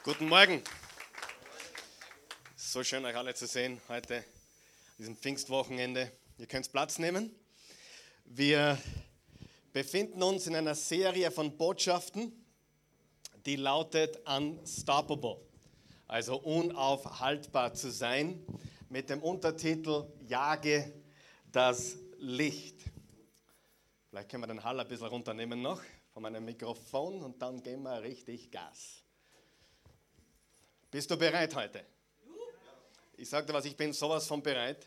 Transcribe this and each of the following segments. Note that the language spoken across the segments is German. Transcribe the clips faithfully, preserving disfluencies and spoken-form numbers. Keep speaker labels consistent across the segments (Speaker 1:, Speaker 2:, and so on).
Speaker 1: Guten Morgen. So schön, euch alle zu sehen heute, an diesem Pfingstwochenende. Ihr könnt Platz nehmen. Wir befinden uns in einer Serie von Botschaften, die lautet Unstoppable, also unaufhaltbar zu sein, mit dem Untertitel Jage das Licht. Vielleicht können wir den Hall ein bisschen runternehmen noch von meinem Mikrofon und dann geben wir richtig Gas. Bist du bereit heute? Ich sage dir was, ich bin sowas von bereit.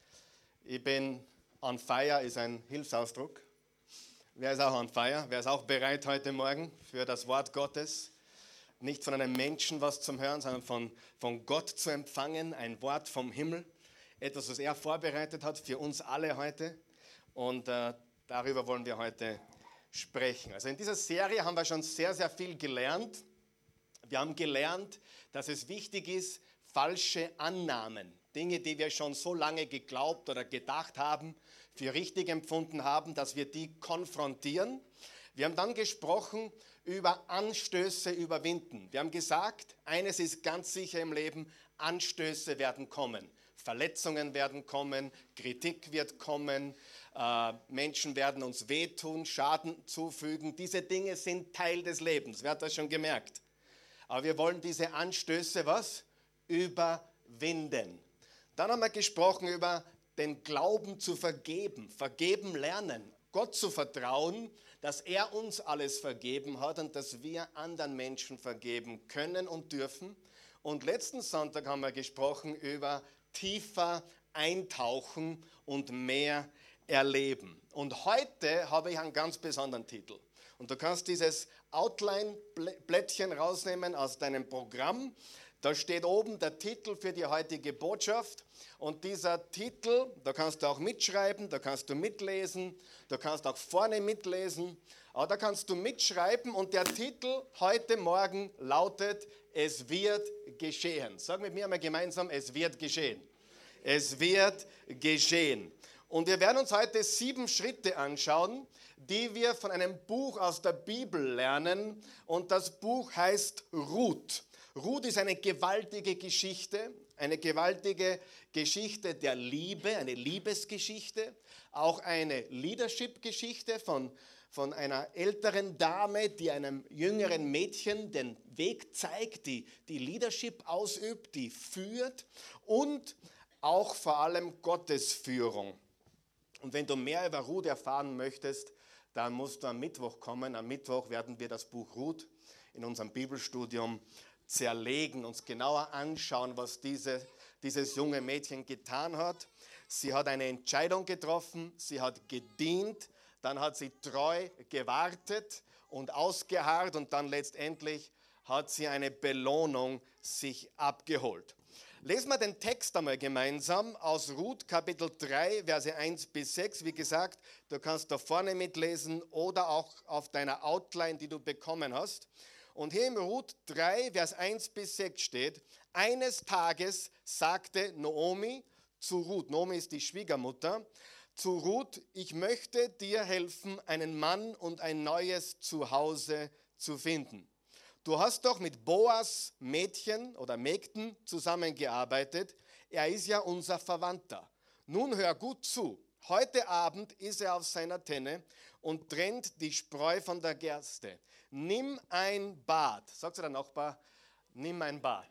Speaker 1: Ich bin on fire, ist ein Hilfsausdruck. Wer ist auch on fire? Wer ist auch bereit heute Morgen für das Wort Gottes? Nicht von einem Menschen was zum Hören, sondern von, von Gott zu empfangen, ein Wort vom Himmel. Etwas, was er vorbereitet hat für uns alle heute. Und äh, darüber wollen wir heute sprechen. Also in dieser Serie haben wir schon sehr, sehr viel gelernt. Wir haben gelernt, dass es wichtig ist, falsche Annahmen, Dinge, die wir schon so lange geglaubt oder gedacht haben, für richtig empfunden haben, dass wir die konfrontieren. Wir haben dann gesprochen über Anstöße überwinden. Wir haben gesagt, eines ist ganz sicher im Leben, Anstöße werden kommen. Verletzungen werden kommen, Kritik wird kommen, äh, Menschen werden uns wehtun, Schaden zufügen. Diese Dinge sind Teil des Lebens, wer hat das schon gemerkt? Aber wir wollen diese Anstöße, was? Überwinden. Dann haben wir gesprochen über den Glauben zu vergeben, vergeben lernen, Gott zu vertrauen, dass er uns alles vergeben hat und dass wir anderen Menschen vergeben können und dürfen. Und letzten Sonntag haben wir gesprochen über tiefer eintauchen und mehr erleben. Und heute habe ich einen ganz besonderen Titel. Und du kannst dieses Outline-Blättchen rausnehmen aus deinem Programm. Da steht oben der Titel für die heutige Botschaft. Und dieser Titel, da kannst du auch mitschreiben, da kannst du mitlesen, da kannst auch vorne mitlesen. Aber da kannst du mitschreiben und der Titel heute Morgen lautet, es wird geschehen. Sag mit mir einmal gemeinsam, es wird geschehen. Es wird geschehen. Und wir werden uns heute sieben Schritte anschauen, die wir von einem Buch aus der Bibel lernen. Und das Buch heißt Ruth. Ruth ist eine gewaltige Geschichte, eine gewaltige Geschichte der Liebe, eine Liebesgeschichte, auch eine Leadership-Geschichte von, von einer älteren Dame, die einem jüngeren Mädchen den Weg zeigt, die, die Leadership ausübt, die führt und auch vor allem Gottesführung. Und wenn du mehr über Ruth erfahren möchtest, dann musst du am Mittwoch kommen. Am Mittwoch werden wir das Buch Ruth in unserem Bibelstudium zerlegen, uns genauer anschauen, was diese, dieses junge Mädchen getan hat. Sie hat eine Entscheidung getroffen, sie hat gedient, dann hat sie treu gewartet und ausgeharrt und dann letztendlich hat sie eine Belohnung sich abgeholt. Lesen wir den Text einmal gemeinsam aus Ruth Kapitel drei, Verse eins bis sechs. Wie gesagt, du kannst da vorne mitlesen oder auch auf deiner Outline, die du bekommen hast. Und hier im Ruth drei, Vers eins bis sechs steht, eines Tages sagte Naomi zu Ruth, Naomi ist die Schwiegermutter, zu Ruth, ich möchte dir helfen, einen Mann und ein neues Zuhause zu finden. Du hast doch mit Boas Mädchen oder Mägden zusammengearbeitet. Er ist ja unser Verwandter. Nun hör gut zu. Heute Abend ist er auf seiner Tenne und trennt die Spreu von der Gerste. Nimm ein Bad. Sag zu deinem Nachbar, nimm ein Bad.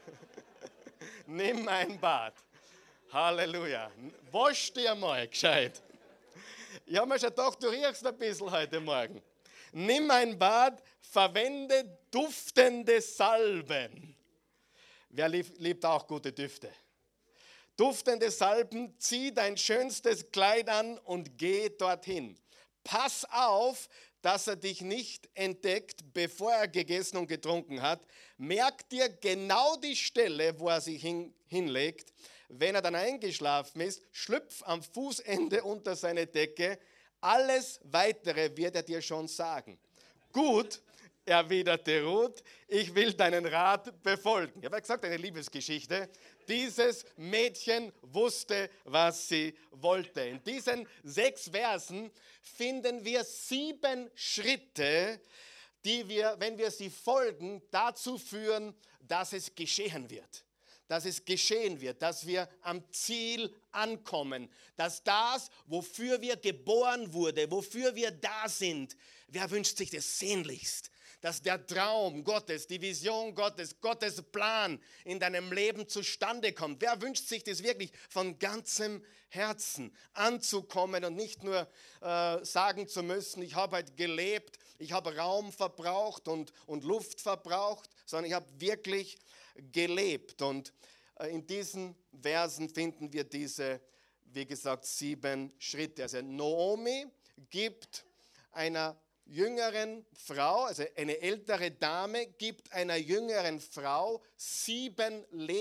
Speaker 1: Nimm ein Bad. Halleluja. Wasch dir mal gescheit. Ich habe mir schon gedacht, du riechst ein bisschen heute Morgen. Nimm ein Bad, verwende duftende Salben. Wer liebt auch gute Düfte? Duftende Salben, zieh dein schönstes Kleid an und geh dorthin. Pass auf, dass er dich nicht entdeckt, bevor er gegessen und getrunken hat. Merk dir genau die Stelle, wo er sich hin, hinlegt. Wenn er dann eingeschlafen ist, schlüpf am Fußende unter seine Decke. Alles Weitere wird er dir schon sagen. Gut, erwiderte Ruth, ich will deinen Rat befolgen. Ich habe ja gesagt, eine Liebesgeschichte. Dieses Mädchen wusste, was sie wollte. In diesen sechs Versen finden wir sieben Schritte, die wir, wenn wir sie folgen, dazu führen, dass es geschehen wird. Dass es geschehen wird, dass wir am Ziel ankommen, dass das, wofür wir geboren wurden, wofür wir da sind, wer wünscht sich das sehnlichst? Dass der Traum Gottes, die Vision Gottes, Gottes Plan in deinem Leben zustande kommt. Wer wünscht sich das wirklich von ganzem Herzen anzukommen und nicht nur äh, sagen zu müssen, ich habe halt gelebt, ich habe Raum verbraucht und, und Luft verbraucht, sondern ich habe wirklich gelebt. Und äh, in diesen Versen finden wir diese, wie gesagt, sieben Schritte. Also Naomi gibt einer jüngeren Frau, also eine ältere Dame, gibt einer jüngeren Frau sieben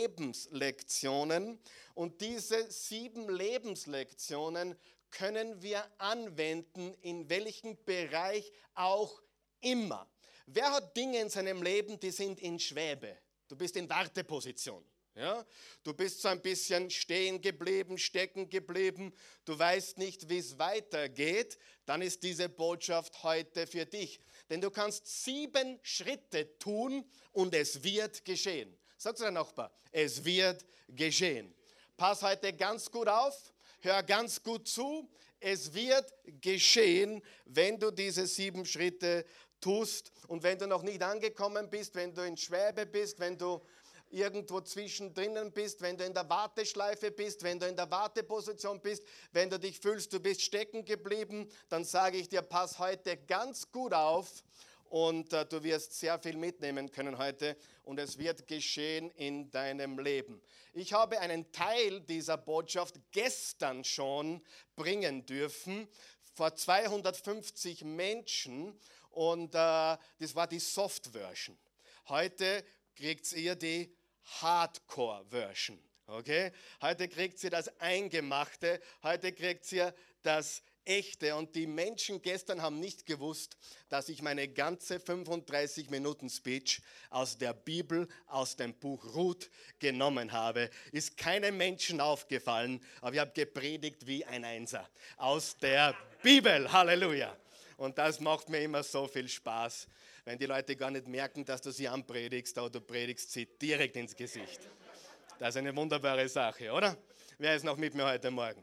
Speaker 1: Lebenslektionen. Und diese sieben Lebenslektionen können wir anwenden, in welchem Bereich auch immer. Wer hat Dinge in seinem Leben, die sind in Schwebe? Du bist in Warteposition. Ja? Du bist so ein bisschen stehen geblieben, stecken geblieben, du weißt nicht, wie es weitergeht, dann ist diese Botschaft heute für dich. Denn du kannst sieben Schritte tun und es wird geschehen. Sag zu deinem Nachbar, es wird geschehen. Pass heute ganz gut auf, hör ganz gut zu, es wird geschehen, wenn du diese sieben Schritte tust. Und wenn du noch nicht angekommen bist, wenn du in Schwebe bist, wenn du irgendwo zwischendrin bist, wenn du in der Warteschleife bist, wenn du in der Warteposition bist, wenn du dich fühlst, du bist stecken geblieben, dann sage ich dir, pass heute ganz gut auf und äh, du wirst sehr viel mitnehmen können heute und es wird geschehen in deinem Leben. Ich habe einen Teil dieser Botschaft gestern schon bringen dürfen, vor zweihundertfünfzig Menschen und äh, das war die Soft-Version. Heute kriegt ihr die Hardcore-Version. Okay? Heute kriegt ihr das Eingemachte, heute kriegt ihr das Echte. Und die Menschen gestern haben nicht gewusst, dass ich meine ganze fünfunddreißig Minuten Speech aus der Bibel, aus dem Buch Ruth genommen habe. Ist keinem Menschen aufgefallen, aber ich habe gepredigt wie ein Einser. Aus der Bibel. Halleluja. Und das macht mir immer so viel Spaß, wenn die Leute gar nicht merken, dass du sie anpredigst, aber du predigst sie direkt ins Gesicht. Das ist eine wunderbare Sache, oder? Wer ist noch mit mir heute Morgen?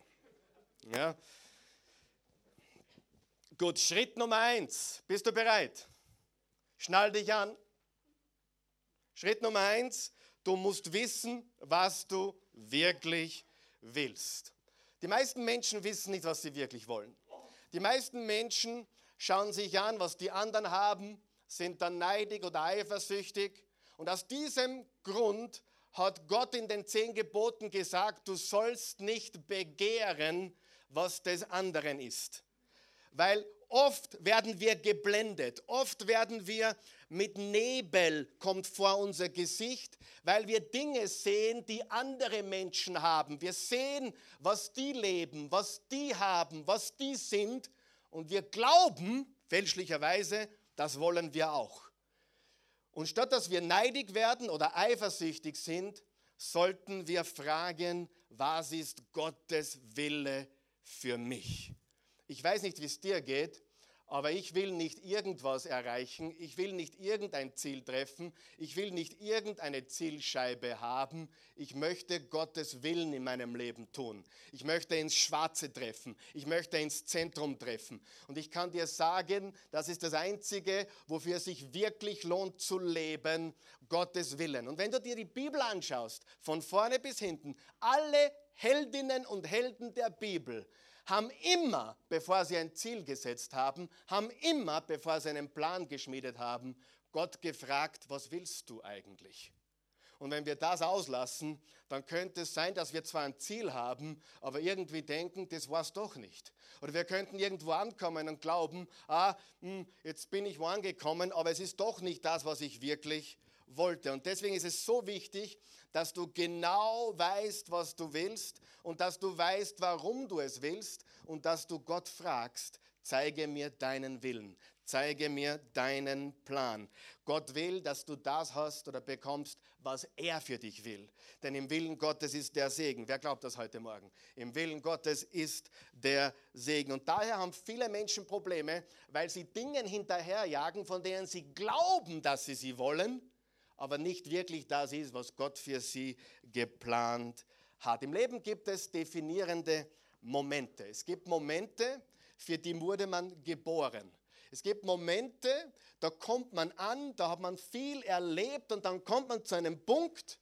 Speaker 1: Ja. Gut, Schritt Nummer eins. Bist du bereit? Schnall dich an. Schritt Nummer eins. Du musst wissen, was du wirklich willst. Die meisten Menschen wissen nicht, was sie wirklich wollen. Die meisten Menschen schauen sich an, was die anderen haben, sind dann neidig oder eifersüchtig. Und aus diesem Grund hat Gott in den zehn Geboten gesagt, du sollst nicht begehren, was des anderen ist. Weil oft werden wir geblendet, oft werden wir mit Nebel, kommt vor unser Gesicht, weil wir Dinge sehen, die andere Menschen haben. Wir sehen, was die leben, was die haben, was die sind. Und wir glauben, fälschlicherweise, das wollen wir auch. Und statt dass wir neidig werden oder eifersüchtig sind, sollten wir fragen, was ist Gottes Wille für mich? Ich weiß nicht, wie es dir geht, aber ich will nicht irgendwas erreichen, ich will nicht irgendein Ziel treffen, ich will nicht irgendeine Zielscheibe haben, ich möchte Gottes Willen in meinem Leben tun. Ich möchte ins Schwarze treffen, ich möchte ins Zentrum treffen. Und ich kann dir sagen, das ist das Einzige, wofür es sich wirklich lohnt zu leben, Gottes Willen. Und wenn du dir die Bibel anschaust, von vorne bis hinten, alle Heldinnen und Helden der Bibel, haben immer, bevor sie ein Ziel gesetzt haben, haben immer, bevor sie einen Plan geschmiedet haben, Gott gefragt, was willst du eigentlich? Und wenn wir das auslassen, dann könnte es sein, dass wir zwar ein Ziel haben, aber irgendwie denken, das war es doch nicht. Oder wir könnten irgendwo ankommen und glauben, ah, jetzt bin ich wo angekommen, aber es ist doch nicht das, was ich wirklich wollte. Und deswegen ist es so wichtig, dass du genau weißt, was du willst und dass du weißt, warum du es willst und dass du Gott fragst, zeige mir deinen Willen, zeige mir deinen Plan. Gott will, dass du das hast oder bekommst, was er für dich will. Denn im Willen Gottes ist der Segen. Wer glaubt das heute Morgen? Im Willen Gottes ist der Segen. Und daher haben viele Menschen Probleme, weil sie Dingen hinterherjagen, von denen sie glauben, dass sie sie wollen, aber nicht wirklich das ist, was Gott für sie geplant hat. Im Leben gibt es definierende Momente. Es gibt Momente, für die wurde man geboren. Es gibt Momente, da kommt man an, da hat man viel erlebt und dann kommt man zu einem Punkt,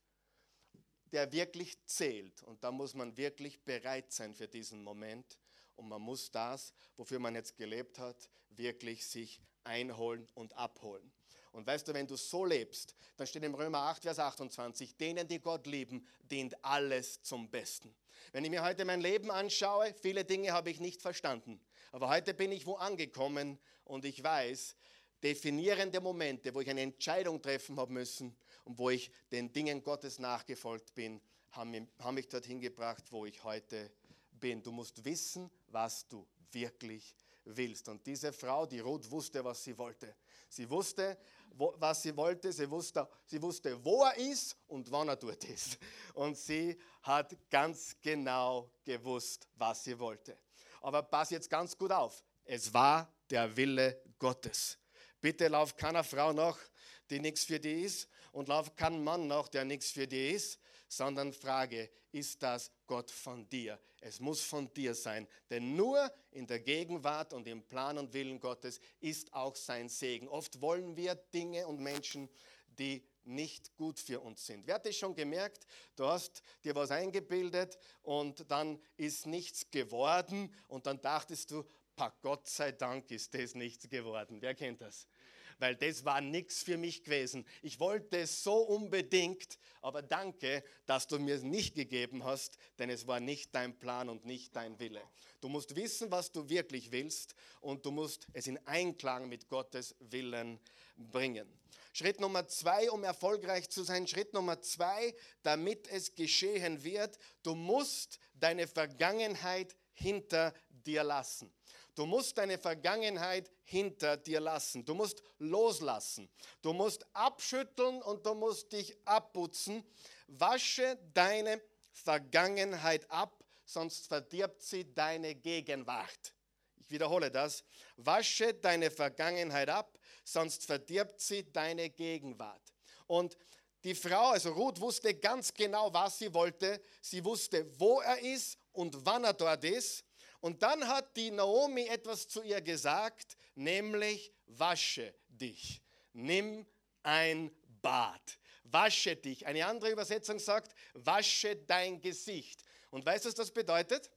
Speaker 1: der wirklich zählt. Und da muss man wirklich bereit sein für diesen Moment. Und man muss das, wofür man jetzt gelebt hat, wirklich sich einholen und abholen. Und weißt du, wenn du so lebst, dann steht im Römer acht, Vers achtundzwanzig, denen, die Gott lieben, dient alles zum Besten. Wenn ich mir heute mein Leben anschaue, viele Dinge habe ich nicht verstanden. Aber heute bin ich wo angekommen und ich weiß, definierende Momente, wo ich eine Entscheidung treffen habe müssen und wo ich den Dingen Gottes nachgefolgt bin, haben mich, haben mich dorthin gebracht, wo ich heute bin. Du musst wissen, was du wirklich willst. Und diese Frau, die Ruth, wusste, was sie wollte. Sie wusste, wo, was sie wollte. Sie wusste, sie wusste, wo er ist und wann er dort ist. Und sie hat ganz genau gewusst, was sie wollte. Aber pass jetzt ganz gut auf. Es war der Wille Gottes. Bitte lauf keiner Frau nach, die nichts für dich ist, und lauf kein Mann nach, der nichts für dich ist, sondern frage, ist das Gott von dir? Es muss von dir sein, denn nur in der Gegenwart und im Plan und Willen Gottes ist auch sein Segen. Oft wollen wir Dinge und Menschen, die nicht gut für uns sind. Wer hat das schon gemerkt? Du hast dir was eingebildet und dann ist nichts geworden und dann dachtest du, Gott sei Dank ist das nichts geworden. Wer kennt das? Weil das war nichts für mich gewesen. Ich wollte es so unbedingt, aber danke, dass du mir es nicht gegeben hast, denn es war nicht dein Plan und nicht dein Wille. Du musst wissen, was du wirklich willst und du musst es in Einklang mit Gottes Willen bringen. Schritt Nummer zwei, um erfolgreich zu sein. Schritt Nummer zwei, damit es geschehen wird. Du musst deine Vergangenheit hinter dir lassen. Du musst deine Vergangenheit hinter dir lassen. Du musst loslassen. Du musst abschütteln und du musst dich abputzen. Wasche deine Vergangenheit ab, sonst verdirbt sie deine Gegenwart. Ich wiederhole das. Wasche deine Vergangenheit ab, sonst verdirbt sie deine Gegenwart. Und die Frau, also Ruth, wusste ganz genau, was sie wollte. Sie wusste, wo er ist und wann er dort ist. Und dann hat die Naomi etwas zu ihr gesagt, nämlich wasche dich. Nimm ein Bad. Wasche dich. Eine andere Übersetzung sagt, wasche dein Gesicht. Und weißt du, was das bedeutet?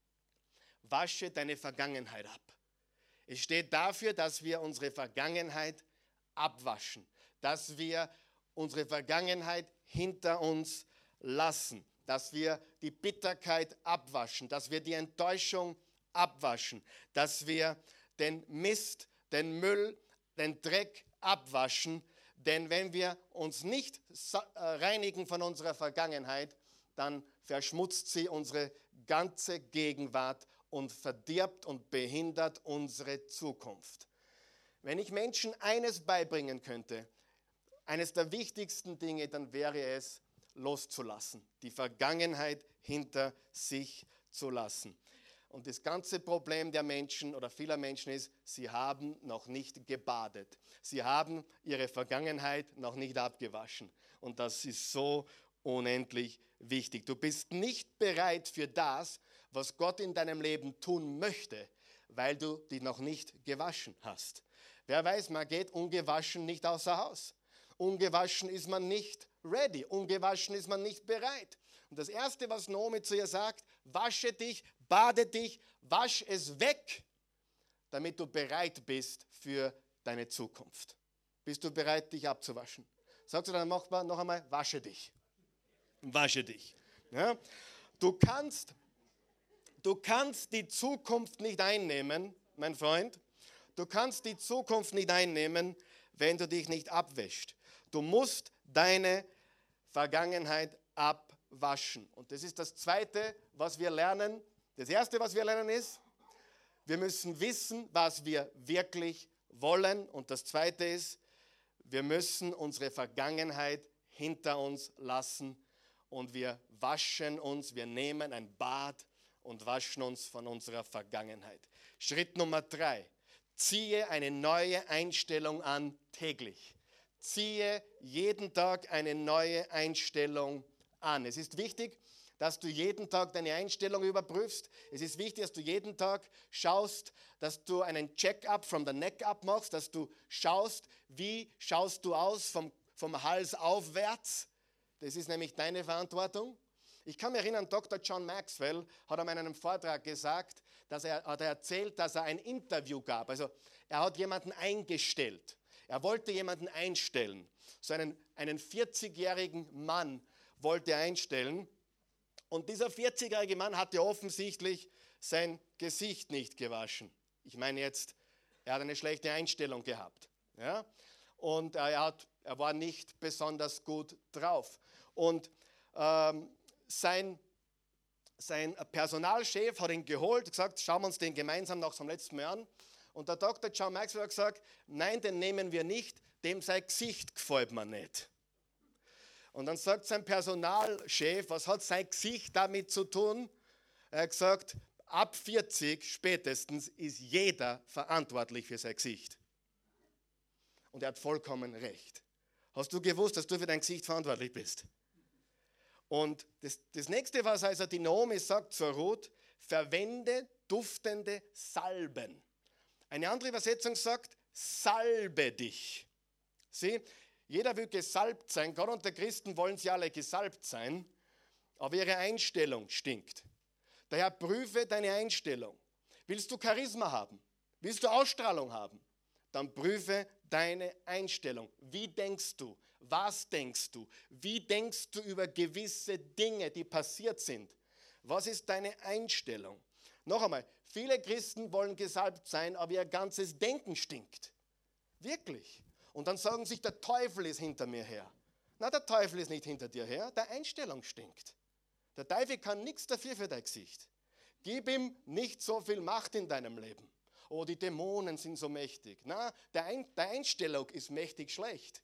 Speaker 1: Wasche deine Vergangenheit ab. Es steht dafür, dass wir unsere Vergangenheit abwaschen. Dass wir unsere Vergangenheit hinter uns lassen. Dass wir die Bitterkeit abwaschen, dass wir die Enttäuschung abwaschen, dass wir den Mist, den Müll, den Dreck abwaschen. Denn wenn wir uns nicht reinigen von unserer Vergangenheit, dann verschmutzt sie unsere ganze Gegenwart und verdirbt und behindert unsere Zukunft. Wenn ich Menschen eines beibringen könnte, eines der wichtigsten Dinge, dann wäre es, loszulassen, die Vergangenheit hinter sich zu lassen. Und das ganze Problem der Menschen oder vieler Menschen ist, sie haben noch nicht gebadet. Sie haben ihre Vergangenheit noch nicht abgewaschen. Und das ist so unendlich wichtig. Du bist nicht bereit für das, was Gott in deinem Leben tun möchte, weil du dich noch nicht gewaschen hast. Wer weiß, man geht ungewaschen nicht außer Haus. Ungewaschen ist man nicht ready, ungewaschen ist man nicht bereit. Und das Erste, was Naomi zu ihr sagt, wasche dich, bade dich, wasch es weg, damit du bereit bist für deine Zukunft. Bist du bereit, dich abzuwaschen? Sagst du dann noch einmal, wasche dich. Wasche dich. Ja? Du kannst, du kannst die Zukunft nicht einnehmen, mein Freund. Du kannst die Zukunft nicht einnehmen, wenn du dich nicht abwäschst. Du musst deine Vergangenheit abwaschen. Und das ist das Zweite, was wir lernen. Das Erste, was wir lernen, ist, wir müssen wissen, was wir wirklich wollen. Und das Zweite ist, wir müssen unsere Vergangenheit hinter uns lassen und wir waschen uns, wir nehmen ein Bad und waschen uns von unserer Vergangenheit. Schritt Nummer drei, ziehe eine neue Einstellung an täglich. Ziehe jeden Tag eine neue Einstellung an. Es ist wichtig, dass du jeden Tag deine Einstellung überprüfst. Es ist wichtig, dass du jeden Tag schaust, dass du einen Check-up from the neck up machst, dass du schaust, wie schaust du aus vom, vom Hals aufwärts. Das ist nämlich deine Verantwortung. Ich kann mich erinnern, Doktor John Maxwell hat an einem Vortrag gesagt, dass er, hat er erzählt, dass er ein Interview gab. Also er hat jemanden eingestellt. Er wollte jemanden einstellen. So einen, einen vierzigjährigen Mann wollte er einstellen. Und dieser vierzigjährige Mann hatte offensichtlich sein Gesicht nicht gewaschen. Ich meine jetzt, er hat eine schlechte Einstellung gehabt. Ja? Und er, hat, er war nicht besonders gut drauf. Und ähm, sein, sein Personalchef hat ihn geholt und gesagt, schauen wir uns den gemeinsam noch zum letzten Mal an. Und der Doktor John Maxwell hat gesagt, nein, den nehmen wir nicht, dem sein Gesicht gefällt mir nicht. Und dann sagt sein Personalchef, was hat sein Gesicht damit zu tun? Er hat gesagt, ab vierzig spätestens ist jeder verantwortlich für sein Gesicht. Und er hat vollkommen recht. Hast du gewusst, dass du für dein Gesicht verantwortlich bist? Und das, das nächste, was also die Naomi sagt zur Ruth, verwende duftende Salben. Eine andere Übersetzung sagt, salbe dich. Sieh, jeder will gesalbt sein, gerade unter Christen wollen sie alle gesalbt sein, aber ihre Einstellung stinkt. Daher prüfe deine Einstellung. Willst du Charisma haben? Willst du Ausstrahlung haben? Dann prüfe deine Einstellung. Wie denkst du? Was denkst du? Wie denkst du über gewisse Dinge, die passiert sind? Was ist deine Einstellung? Noch einmal, viele Christen wollen gesalbt sein, aber ihr ganzes Denken stinkt. Wirklich. Und dann sagen sich, der Teufel ist hinter mir her. Na, der Teufel ist nicht hinter dir her, deine Einstellung stinkt. Der Teufel kann nichts dafür für dein Gesicht. Gib ihm nicht so viel Macht in deinem Leben. Oh, die Dämonen sind so mächtig. Na, der Ein- der Einstellung ist mächtig schlecht.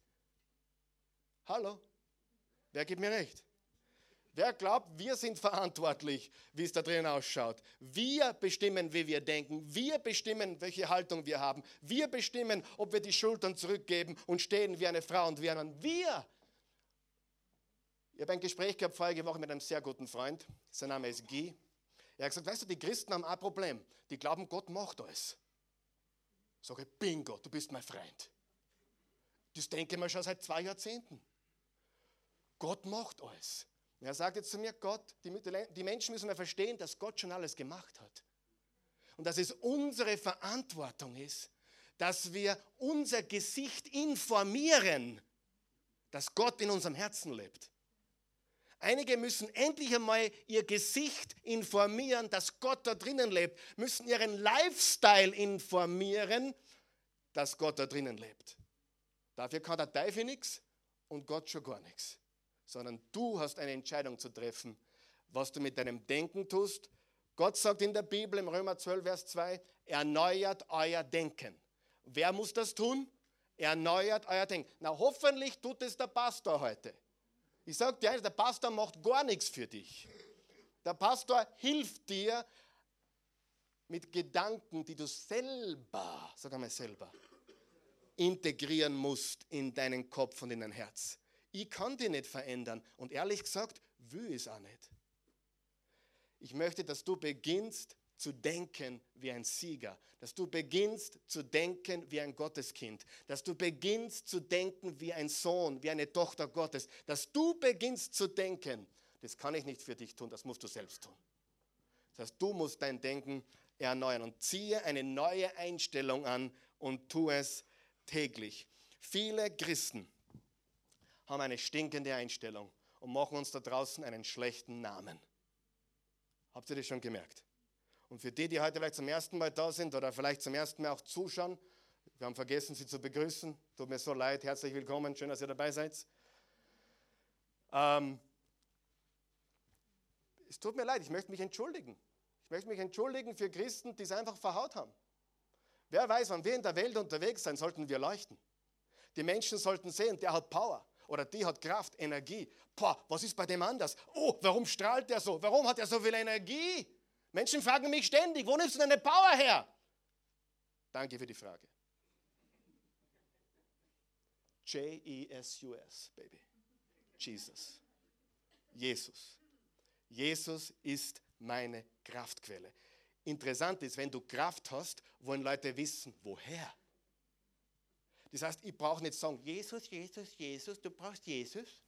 Speaker 1: Hallo? Wer gibt mir recht? Wer glaubt, wir sind verantwortlich, wie es da drin ausschaut? Wir bestimmen, wie wir denken. Wir bestimmen, welche Haltung wir haben. Wir bestimmen, ob wir die Schultern zurückgeben und stehen wie eine Frau und wie ein Mann. Wir! Ich habe ein Gespräch gehabt vorige Woche mit einem sehr guten Freund. Sein Name ist Guy. Er hat gesagt, weißt du, die Christen haben ein Problem. Die glauben, Gott macht alles. Ich sage, bingo, du bist mein Freund. Das denke ich mir schon seit zwei Jahrzehnten. Gott macht alles. Und er sagt jetzt zu mir, Gott, die, die Menschen müssen ja verstehen, dass Gott schon alles gemacht hat. Und dass es unsere Verantwortung ist, dass wir unser Gesicht informieren, dass Gott in unserem Herzen lebt. Einige müssen endlich einmal ihr Gesicht informieren, dass Gott da drinnen lebt, müssen ihren Lifestyle informieren, dass Gott da drinnen lebt. Dafür kann der Teufel nichts und Gott schon gar nichts. Sondern du hast eine Entscheidung zu treffen, was du mit deinem Denken tust. Gott sagt in der Bibel, im Römer zwölf, Vers zwei, erneuert euer Denken. Wer muss das tun? Erneuert euer Denken. Na, hoffentlich tut es der Pastor heute. Ich sage dir eines, der Pastor macht gar nichts für dich. Der Pastor hilft dir mit Gedanken, die du selber, sag einmal selber, integrieren musst in deinen Kopf und in dein Herz. Ich kann dich nicht verändern und ehrlich gesagt, will ich es auch nicht. Ich möchte, dass du beginnst zu denken wie ein Sieger, dass du beginnst zu denken wie ein Gotteskind, dass du beginnst zu denken wie ein Sohn, wie eine Tochter Gottes, dass du beginnst zu denken, das kann ich nicht für dich tun, das musst du selbst tun. Das heißt, du musst dein Denken erneuern und ziehe eine neue Einstellung an und tu es täglich. Viele Christen haben eine stinkende Einstellung und machen uns da draußen einen schlechten Namen. Habt ihr das schon gemerkt? Und für die, die heute vielleicht zum ersten Mal da sind oder vielleicht zum ersten Mal auch zuschauen, wir haben vergessen, sie zu begrüßen. Tut mir so leid, herzlich willkommen, schön, dass ihr dabei seid. Ähm, es tut mir leid, ich möchte mich entschuldigen. Ich möchte mich entschuldigen für Christen, die es einfach verhaut haben. Wer weiß, wenn wir in der Welt unterwegs sind, sollten wir leuchten. Die Menschen sollten sehen, der hat Power oder die hat Kraft, Energie. Boah, was ist bei dem anders? Oh, warum strahlt der so? Warum hat er so viel Energie? Menschen fragen mich ständig, wo nimmst du deine Power her? Danke für die Frage. J E S U S, Baby. Jesus. Jesus. Jesus ist meine Kraftquelle. Interessant ist, wenn du Kraft hast, wollen Leute wissen, woher. Das heißt, ich brauche nicht sagen, Jesus, Jesus, Jesus, du brauchst Jesus.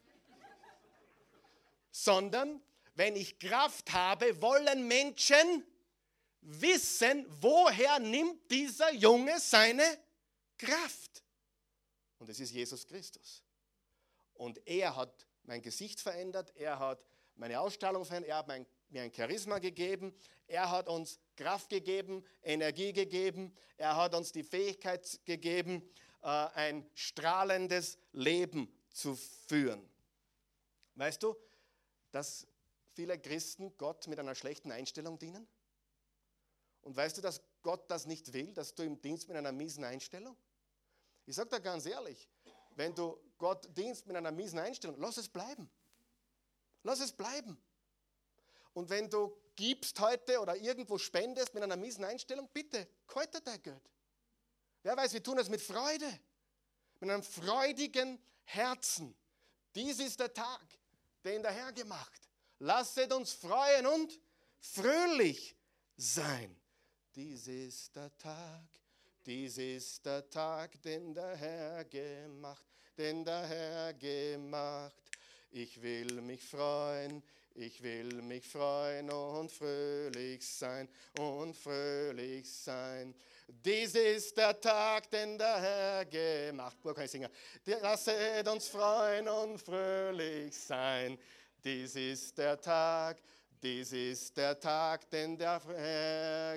Speaker 1: Sondern, wenn ich Kraft habe, wollen Menschen wissen, woher nimmt dieser Junge seine Kraft. Und es ist Jesus Christus. Und er hat mein Gesicht verändert, er hat meine Ausstrahlung verändert, er hat mein, mir ein Charisma gegeben, er hat uns Kraft gegeben, Energie gegeben, er hat uns die Fähigkeit gegeben, äh, ein strahlendes Leben zu führen. Weißt du, dass viele Christen Gott mit einer schlechten Einstellung dienen? Und weißt du, dass Gott das nicht will, dass du ihm dienst mit einer miesen Einstellung? Ich sage dir ganz ehrlich, wenn du Gott dienst mit einer miesen Einstellung, lass es bleiben. Lass es bleiben. Und wenn du gibst heute oder irgendwo spendest mit einer miesen Einstellung, bitte, kalte dein Geld. Wer weiß, wir tun es mit Freude, mit einem freudigen Herzen. Dies ist der Tag, den der Herr gemacht. Lasset uns freuen und fröhlich sein. Dies ist der Tag, dies ist der Tag, den der Herr gemacht, den der Herr gemacht. Ich will mich freuen, ich will mich freuen und fröhlich sein und fröhlich sein. Dies ist der Tag, den der Herr gemacht. Wo kann ich singen? Lasset uns freuen und fröhlich sein. Dies ist der Tag, dies ist der Tag, den der Herr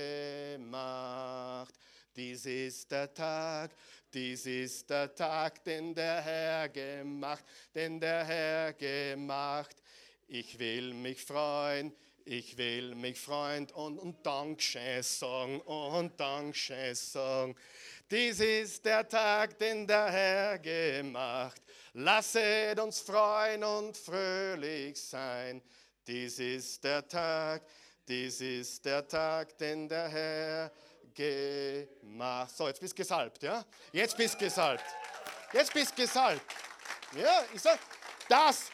Speaker 1: gemacht. Dies ist der Tag, dies ist der Tag, den der Herr gemacht, den der Herr gemacht. Ich will mich freuen, ich will mich freuen und, und Dankeschön sagen und Dankeschön sagen. Dies ist der Tag, den der Herr gemacht. Lasset uns freuen und fröhlich sein. Dies ist der Tag, dies ist der Tag, den der Herr gemacht. So, jetzt bist du gesalbt, ja? Jetzt bist du gesalbt. Jetzt bist du gesalbt. Ja, ich sag, das.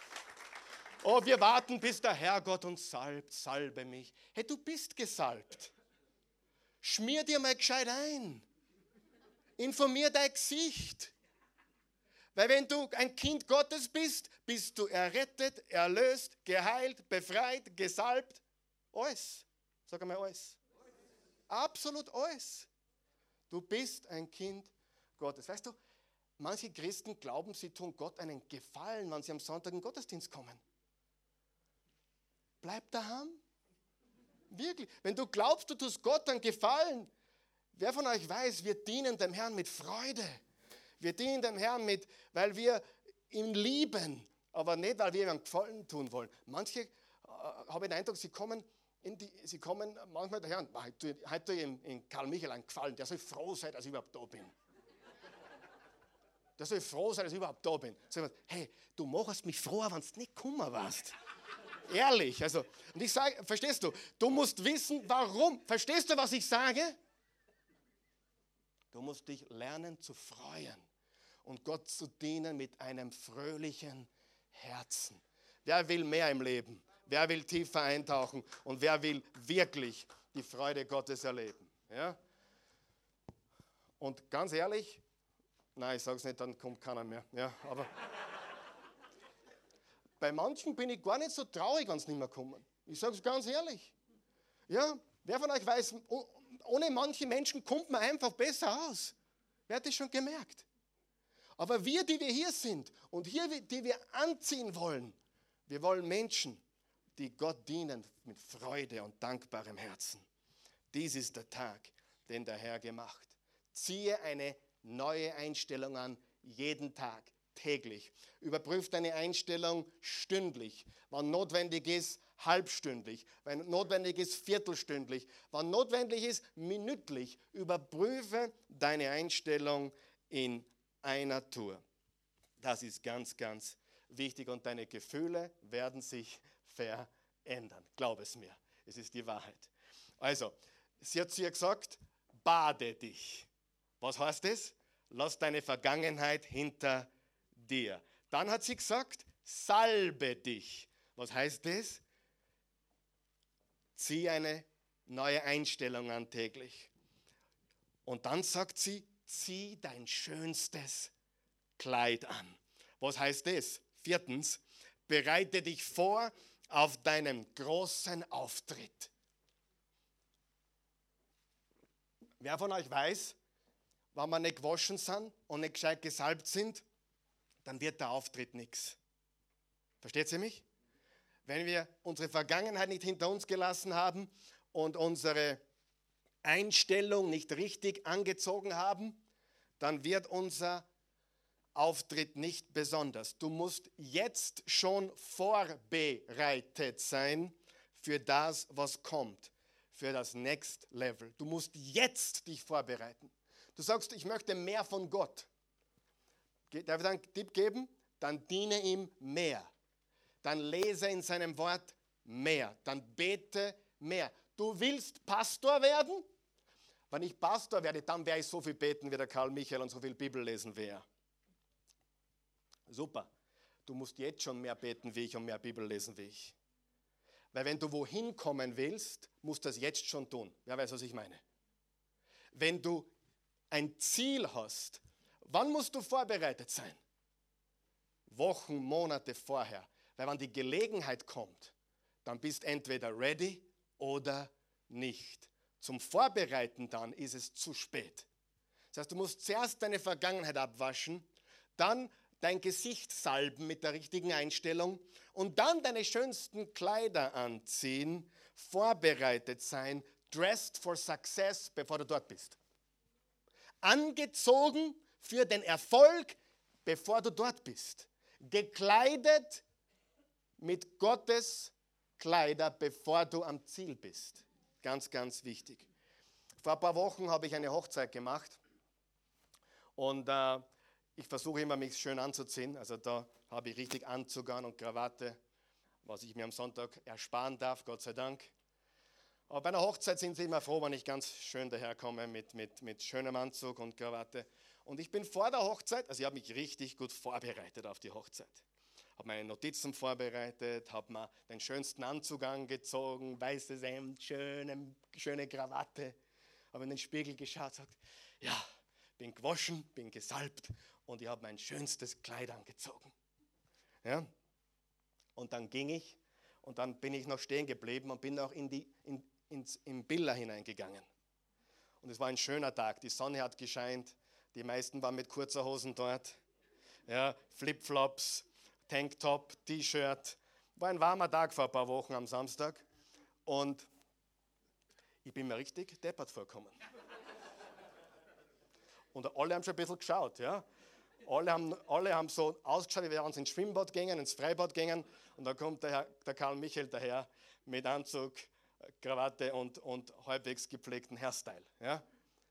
Speaker 1: Oh, wir warten, bis der Herrgott uns salbt. Salbe mich. Hey, du bist gesalbt. Schmier dir mal gescheit ein. Informier dein Gesicht. Weil wenn du ein Kind Gottes bist, bist du errettet, erlöst, geheilt, befreit, gesalbt. Alles. Sag einmal alles. Absolut alles. Du bist ein Kind Gottes. Weißt du, manche Christen glauben, sie tun Gott einen Gefallen, wenn sie am Sonntag in den Gottesdienst kommen. Bleib daheim. Wirklich. Wenn du glaubst, du tust Gott einen Gefallen, wer von euch weiß, wir dienen dem Herrn mit Freude. Wir dienen dem Herrn mit, weil wir ihn lieben, aber nicht, weil wir ihm einen Gefallen tun wollen. Manche, äh, habe ich den Eindruck, sie kommen, in die, sie kommen manchmal daher und heute tue ich ihm in Karl Michael einen Gefallen, der soll froh sein, dass ich überhaupt da bin. Der soll froh sein, dass ich überhaupt da bin. So, hey, du machst mich froher, wenn du nicht gekommen warst. Ehrlich, also, und ich sage, verstehst du, du musst wissen, warum. Verstehst du, was ich sage? Du musst dich lernen zu freuen und Gott zu dienen mit einem fröhlichen Herzen. Wer will mehr im Leben? Wer will tiefer eintauchen? Und wer will wirklich die Freude Gottes erleben? Ja? Und ganz ehrlich, nein, ich sage es nicht, dann kommt keiner mehr. Ja, aber bei manchen bin ich gar nicht so traurig, wenn sie nicht mehr kommen. Ich sage es ganz ehrlich. Ja, wer von euch weiß, ohne manche Menschen kommt man einfach besser aus. Wer hat das schon gemerkt? Aber wir, die wir hier sind und hier, die wir anziehen wollen, wir wollen Menschen, die Gott dienen mit Freude und dankbarem Herzen. Dies ist der Tag, den der Herr gemacht. Ziehe eine neue Einstellung an, jeden Tag, täglich. Überprüf deine Einstellung stündlich. Wann notwendig ist, halbstündlich. Wenn notwendig ist, viertelstündlich. Wann notwendig ist, minütlich. Überprüfe deine Einstellung in einer Tour. Das ist ganz, ganz wichtig. Und deine Gefühle werden sich verändern. Glaub es mir. Es ist die Wahrheit. Also, sie hat zu ihr gesagt, bade dich. Was heißt das? Lass deine Vergangenheit hinter dir. Dann hat sie gesagt, salbe dich. Was heißt das? Zieh eine neue Einstellung an täglich. Und dann sagt sie, zieh dein schönstes Kleid an. Was heißt das? Viertens, bereite dich vor auf deinen großen Auftritt. Wer von euch weiß, wenn wir nicht gewaschen sind und nicht gescheit gesalbt sind, dann wird der Auftritt nichts. Versteht ihr mich? Wenn wir unsere Vergangenheit nicht hinter uns gelassen haben und unsere Einstellung nicht richtig angezogen haben, dann wird unser Auftritt nicht besonders. Du musst jetzt schon vorbereitet sein für das, was kommt, für das Next Level. Du musst jetzt dich vorbereiten. Du sagst, ich möchte mehr von Gott. Darf ich einen Tipp geben? Dann diene ihm mehr. Dann lese in seinem Wort mehr. Dann bete mehr. Du willst Pastor werden? Wenn ich Pastor werde, dann werde ich so viel beten wie der Karl Michael und so viel Bibel lesen wie er. Super. Du musst jetzt schon mehr beten wie ich und mehr Bibel lesen wie ich. Weil wenn du wohin kommen willst, musst du das jetzt schon tun. Wer weiß, was ich meine? Wenn du ein Ziel hast, wann musst du vorbereitet sein? Wochen, Monate vorher. Weil wenn die Gelegenheit kommt, dann bist du entweder ready oder nicht. Zum Vorbereiten dann ist es zu spät. Das heißt, du musst zuerst deine Vergangenheit abwaschen, dann dein Gesicht salben mit der richtigen Einstellung und dann deine schönsten Kleider anziehen, vorbereitet sein, dressed for success, bevor du dort bist. Angezogen für den Erfolg, bevor du dort bist. Gekleidet mit Gottes Kleider, bevor du am Ziel bist. Ganz, ganz wichtig. Vor ein paar Wochen habe ich eine Hochzeit gemacht und äh, ich versuche immer, mich schön anzuziehen. Also da habe ich richtig Anzug an und Krawatte, was ich mir am Sonntag ersparen darf, Gott sei Dank. Aber bei einer Hochzeit sind sie immer froh, wenn ich ganz schön daherkomme mit, mit, mit schönem Anzug und Krawatte. Und ich bin vor der Hochzeit, also ich habe mich richtig gut vorbereitet auf die Hochzeit. Habe meine Notizen vorbereitet, habe mir den schönsten Anzug angezogen, weißes Hemd, schöne, schöne Krawatte. Habe in den Spiegel geschaut und gesagt, ja, bin gewaschen, bin gesalbt und ich habe mein schönstes Kleid angezogen. Ja? Und dann ging ich und dann bin ich noch stehen geblieben und bin auch in die, in, ins, in Billa hineingegangen. Und es war ein schöner Tag, die Sonne hat gescheint, die meisten waren mit kurzer Hosen dort, ja, Flipflops, Tanktop, T-Shirt. War ein warmer Tag vor ein paar Wochen am Samstag und ich bin mir richtig deppert vorgekommen. Und alle haben schon ein bisschen geschaut, ja. Alle haben, alle haben so ausgeschaut, wie wir uns ins Schwimmbad gingen, ins Freibad gingen. Und da kommt der, Herr, der Karl Michael daher mit Anzug, Krawatte und, und halbwegs gepflegten Hairstyle. Ja.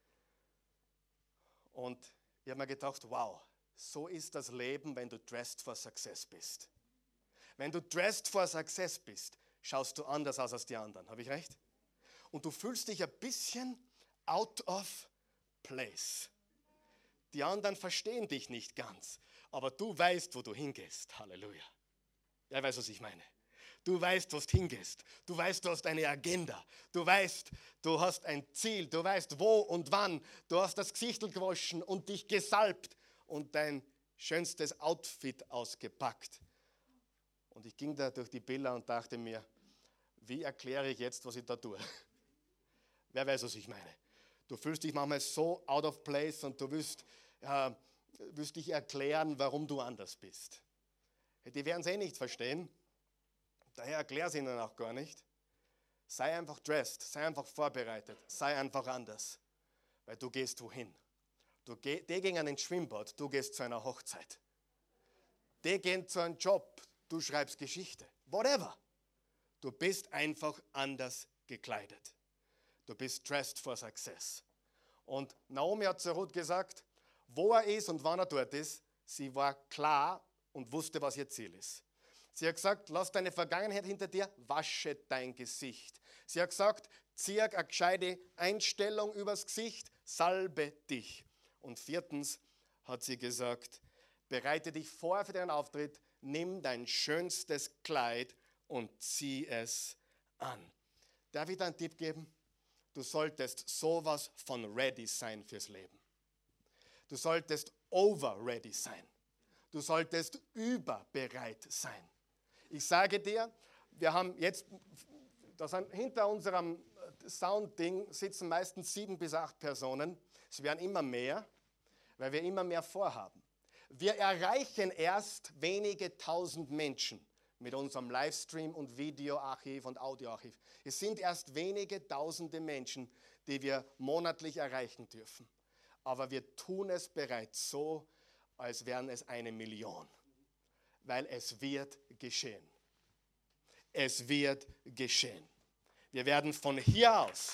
Speaker 1: Und ich habe mir gedacht, wow, so ist das Leben, wenn du dressed for success bist. Wenn du dressed for success bist, schaust du anders aus als die anderen. Habe ich recht? Und du fühlst dich ein bisschen out of place. Die anderen verstehen dich nicht ganz, aber du weißt, wo du hingehst. Halleluja. Wer weiß, was ich meine? Du weißt, wo du hingehst. Du weißt, du hast eine Agenda. Du weißt, du hast ein Ziel. Du weißt, wo und wann. Du hast das Gesicht gewaschen und dich gesalbt und dein schönstes Outfit ausgepackt. Und ich ging da durch die Bilder und dachte mir, wie erkläre ich jetzt, was ich da tue? Wer weiß, was ich meine? Du fühlst dich manchmal so out of place und du willst, äh, willst dich erklären, warum du anders bist. Die werden es eh nicht verstehen, daher erklär es ihnen auch gar nicht. Sei einfach dressed, sei einfach vorbereitet, sei einfach anders, weil du gehst wohin. Du geh, die gehen an den Schwimmbad, du gehst zu einer Hochzeit. die gehen zu einem Job, du schreibst Geschichte. Whatever. Du bist einfach anders gekleidet. Du bist dressed for success. Und Naomi hat zu Ruth gesagt, wo er ist und wann er dort ist, sie war klar und wusste, was ihr Ziel ist. Sie hat gesagt, lass deine Vergangenheit hinter dir, wasche dein Gesicht. Sie hat gesagt, zieh eine gescheite Einstellung übers Gesicht, salbe dich. Und viertens hat sie gesagt, bereite dich vor für deinen Auftritt, nimm dein schönstes Kleid und zieh es an. Darf ich dir einen Tipp geben? Du solltest sowas von ready sein fürs Leben. Du solltest over ready sein. Du solltest überbereit sein. Ich sage dir, wir haben jetzt, da sind hinter unserem Sound-Ding sitzen meistens sieben bis acht Personen. Es werden immer mehr, weil wir immer mehr vorhaben. Wir erreichen erst wenige tausend Menschen mit unserem Livestream und Videoarchiv und Audioarchiv. Es sind erst wenige tausende Menschen, die wir monatlich erreichen dürfen. Aber wir tun es bereits so, als wären es eine Million. Weil es wird geschehen. Es wird geschehen. Wir werden von hier aus,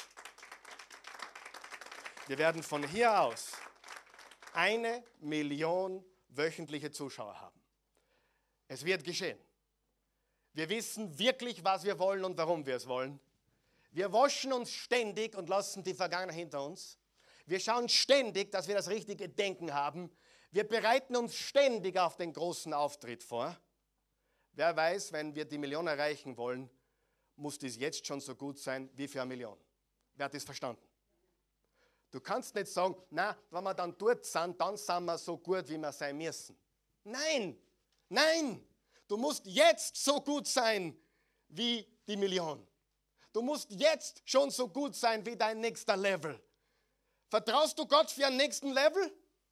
Speaker 1: wir werden von hier aus eine Million wöchentliche Zuschauer haben. Es wird geschehen. Wir wissen wirklich, was wir wollen und warum wir es wollen. Wir waschen uns ständig und lassen die Vergangenheit hinter uns. Wir schauen ständig, dass wir das richtige Denken haben. Wir bereiten uns ständig auf den großen Auftritt vor. Wer weiß, wenn wir die Million erreichen wollen, muss dies jetzt schon so gut sein wie für eine Million. Wer hat das verstanden? Du kannst nicht sagen, na, wenn wir dann dort sind, dann sind wir so gut, wie wir sein müssen. Nein, nein, du musst jetzt so gut sein wie die Million. Du musst jetzt schon so gut sein wie dein nächster Level. Vertraust du Gott für einen nächsten Level?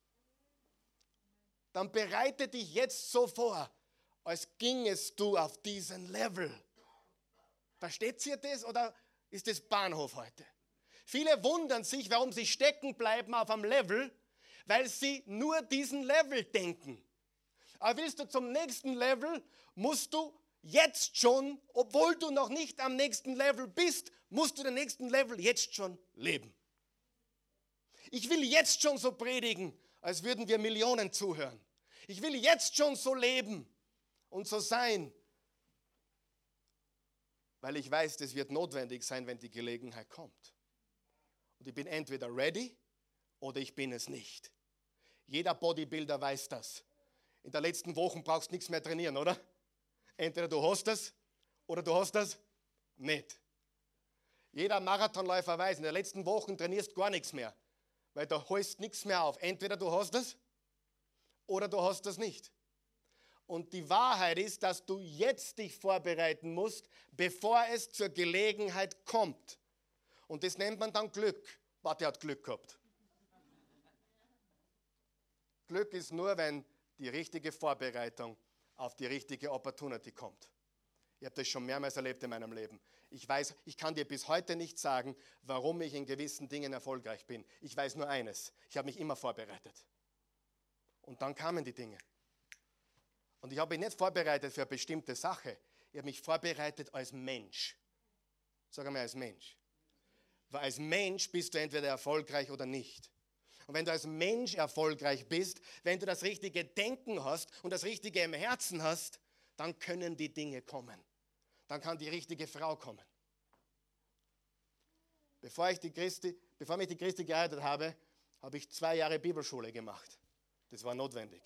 Speaker 1: Dann bereite dich jetzt so vor, als gingest du auf diesen Level. Versteht ihr das oder ist das Bahnhof heute? Viele wundern sich, warum sie stecken bleiben auf einem Level, weil sie nur diesen Level denken. Aber willst du zum nächsten Level, musst du jetzt schon, obwohl du noch nicht am nächsten Level bist, musst du den nächsten Level jetzt schon leben. Ich will jetzt schon so predigen, als würden wir Millionen zuhören. Ich will jetzt schon so leben und so sein, weil ich weiß, das wird notwendig sein, wenn die Gelegenheit kommt. Und ich bin entweder ready oder ich bin es nicht. Jeder Bodybuilder weiß das. In der letzten Woche brauchst du nichts mehr trainieren, oder? Entweder du hast das oder du hast das nicht. Jeder Marathonläufer weiß, in den letzten Wochen trainierst du gar nichts mehr, weil du holst nichts mehr auf. Entweder du hast das oder du hast das nicht. Und die Wahrheit ist, dass du jetzt dich vorbereiten musst, bevor es zur Gelegenheit kommt. Und das nennt man dann Glück. Warte, hat Glück gehabt. Glück ist nur, wenn die richtige Vorbereitung auf die richtige Opportunity kommt. Ich habe das schon mehrmals erlebt in meinem Leben. Ich weiß, ich kann dir bis heute nicht sagen, warum ich in gewissen Dingen erfolgreich bin. Ich weiß nur eines, ich habe mich immer vorbereitet. Und dann kamen die Dinge. Und ich habe mich nicht vorbereitet für eine bestimmte Sache. Ich habe mich vorbereitet als Mensch. Sag einmal als Mensch. Weil als Mensch bist du entweder erfolgreich oder nicht. Und wenn du als Mensch erfolgreich bist, wenn du das richtige Denken hast und das Richtige im Herzen hast, dann können die Dinge kommen. Dann kann die richtige Frau kommen. Bevor ich die Christi, bevor mich die Christi geheiratet habe, habe ich zwei Jahre Bibelschule gemacht. Das war notwendig.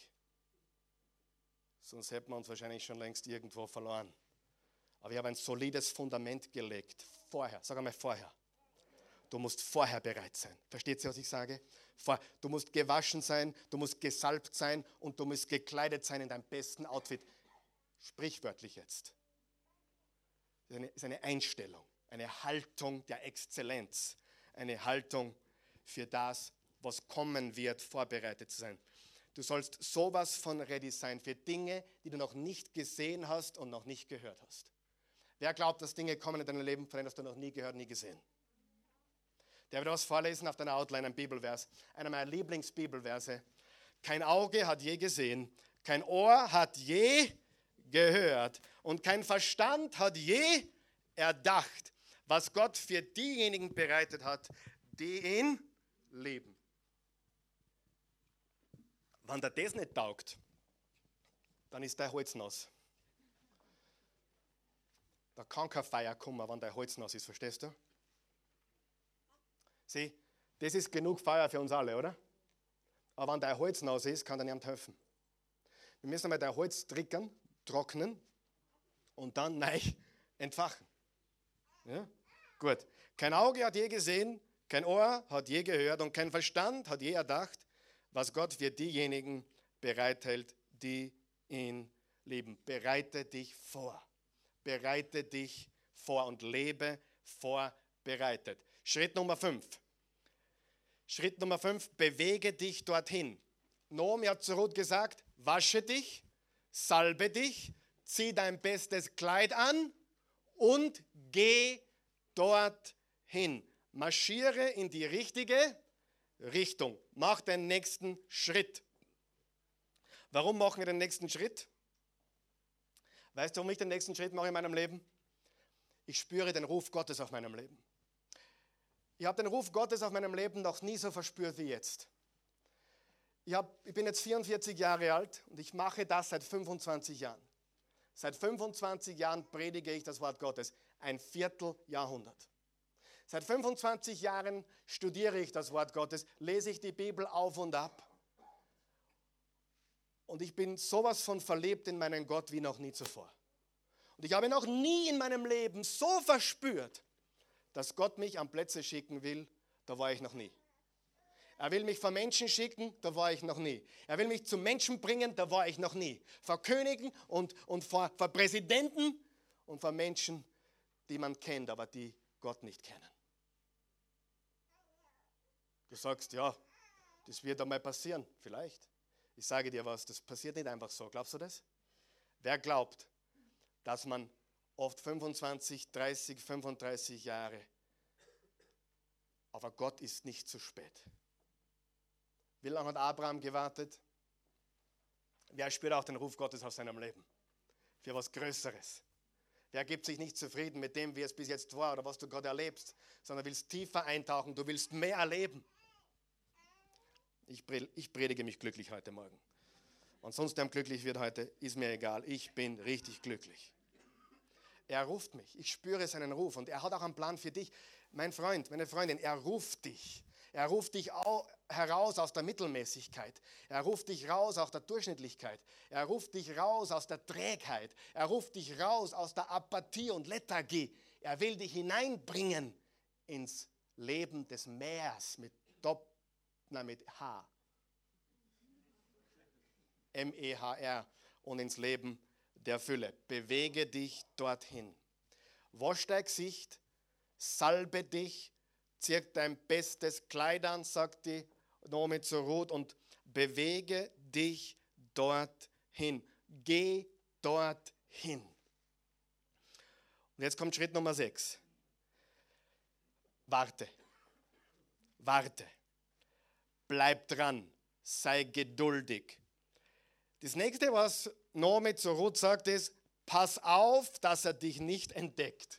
Speaker 1: Sonst hätten wir uns wahrscheinlich schon längst irgendwo verloren. Aber ich habe ein solides Fundament gelegt. Vorher, sag einmal vorher. Du musst vorher bereit sein. Versteht ihr, was ich sage? Vor, du musst gewaschen sein, du musst gesalbt sein und du musst gekleidet sein in deinem besten Outfit. Sprichwörtlich jetzt. Das ist eine, ist eine Einstellung, eine Haltung der Exzellenz. Eine Haltung für das, was kommen wird, vorbereitet zu sein. Du sollst sowas von ready sein für Dinge, die du noch nicht gesehen hast und noch nicht gehört hast. Wer glaubt, dass Dinge kommen in deinem Leben, von denen hast du noch nie gehört, nie gesehen? Der wird was vorlesen auf deiner Outline, ein Bibelvers. Einer meiner Lieblingsbibelverse. Kein Auge hat je gesehen, kein Ohr hat je gehört und kein Verstand hat je erdacht, was Gott für diejenigen bereitet hat, die ihn lieben. Wenn dir das nicht taugt, dann ist dein Holz nass. Da kann kein Feuer kommen, wenn dein Holz nass ist, verstehst du? Sieh, das ist genug Feuer für uns alle, oder? Aber wenn dein Holz nass ist, kann dir niemand helfen. Wir müssen einmal dein Holz trickern, trocknen und dann neu entfachen. Ja? Gut. Kein Auge hat je gesehen, kein Ohr hat je gehört und kein Verstand hat je erdacht, was Gott für diejenigen bereithält, die ihn lieben. Bereite dich vor. Bereite dich vor und lebe vorbereitet. Schritt Nummer fünf. Schritt Nummer fünf, bewege dich dorthin. Naomi hat zu Ruth gesagt, wasche dich, salbe dich, zieh dein bestes Kleid an und geh dorthin. Marschiere in die richtige Richtung. Mach den nächsten Schritt. Warum machen wir den nächsten Schritt? Weißt du, warum ich den nächsten Schritt mache in meinem Leben? Ich spüre den Ruf Gottes auf meinem Leben. Ich habe den Ruf Gottes auf meinem Leben noch nie so verspürt wie jetzt. Ich, hab, ich bin jetzt vierundvierzig Jahre alt und ich mache das seit fünfundzwanzig Jahren. Seit fünfundzwanzig Jahren predige ich das Wort Gottes. Ein Vierteljahrhundert. Seit fünfundzwanzig Jahren studiere ich das Wort Gottes, lese ich die Bibel auf und ab. Und ich bin sowas von verliebt in meinen Gott wie noch nie zuvor. Und ich habe noch nie in meinem Leben so verspürt, dass Gott mich an Plätze schicken will, da war ich noch nie. Er will mich vor Menschen schicken, da war ich noch nie. Er will mich zu Menschen bringen, da war ich noch nie. Vor Königen und, und vor, vor Präsidenten und vor Menschen, die man kennt, aber die Gott nicht kennen. Du sagst, ja, das wird einmal passieren, vielleicht. Ich sage dir was, das passiert nicht einfach so. Glaubst du das? Wer glaubt, dass man oft fünfundzwanzig, dreißig, fünfunddreißig Jahre, aber Gott ist nicht zu spät. Wie lange hat Abraham gewartet? Wer spürt auch den Ruf Gottes auf seinem Leben? Für was Größeres. Wer gibt sich nicht zufrieden mit dem, wie es bis jetzt war oder was du gerade erlebst, sondern willst tiefer eintauchen, du willst mehr erleben. Ich predige mich glücklich heute Morgen. Und sonst, der glücklich wird heute, ist mir egal. Ich bin richtig glücklich. Er ruft mich. Ich spüre seinen Ruf. Und er hat auch einen Plan für dich. Mein Freund, meine Freundin, er ruft dich. Er ruft dich heraus aus der Mittelmäßigkeit. Er ruft dich raus aus der Durchschnittlichkeit. Er ruft dich raus aus der Trägheit. Er ruft dich raus aus der Apathie und Lethargie. Er will dich hineinbringen ins Leben des Meers mit Doppel. Nein, mit H. M E H R und ins Leben der Fülle. Bewege dich dorthin. Wasch dein Gesicht, salbe dich, zieh dein bestes Kleid an, sagt die Naomi zu Ruth, und bewege dich dorthin. Geh dorthin. Und jetzt kommt Schritt Nummer sechs. Warte. Warte. Bleib dran, sei geduldig. Das nächste, was Naomi zu Ruth sagt, ist, pass auf, dass er dich nicht entdeckt.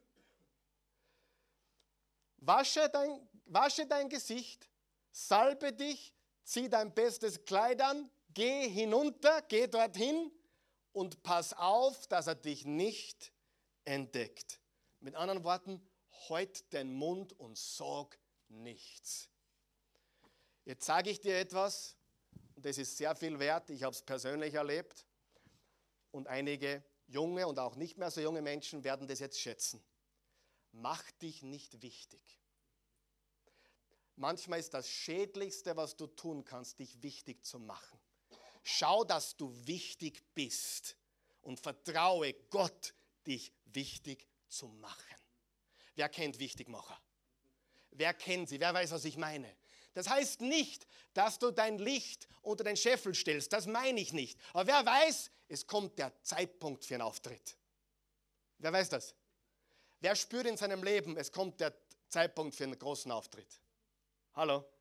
Speaker 1: Wasche dein, wasche dein Gesicht, salbe dich, zieh dein bestes Kleid an, geh hinunter, geh dorthin und pass auf, dass er dich nicht entdeckt. Mit anderen Worten, halt den Mund und sag nichts. Jetzt sage ich dir etwas, und das ist sehr viel wert, ich habe es persönlich erlebt, und einige junge und auch nicht mehr so junge Menschen werden das jetzt schätzen. Mach dich nicht wichtig. Manchmal ist das Schädlichste, was du tun kannst, dich wichtig zu machen. Schau, dass du wichtig bist und vertraue Gott, dich wichtig zu machen. Wer kennt Wichtigmacher? Wer kennt sie? Wer weiß, was ich meine? Das heißt nicht, dass du dein Licht unter den Scheffel stellst. Das meine ich nicht. Aber wer weiß, es kommt der Zeitpunkt für einen Auftritt. Wer weiß das? Wer spürt in seinem Leben, es kommt der Zeitpunkt für einen großen Auftritt? Hallo?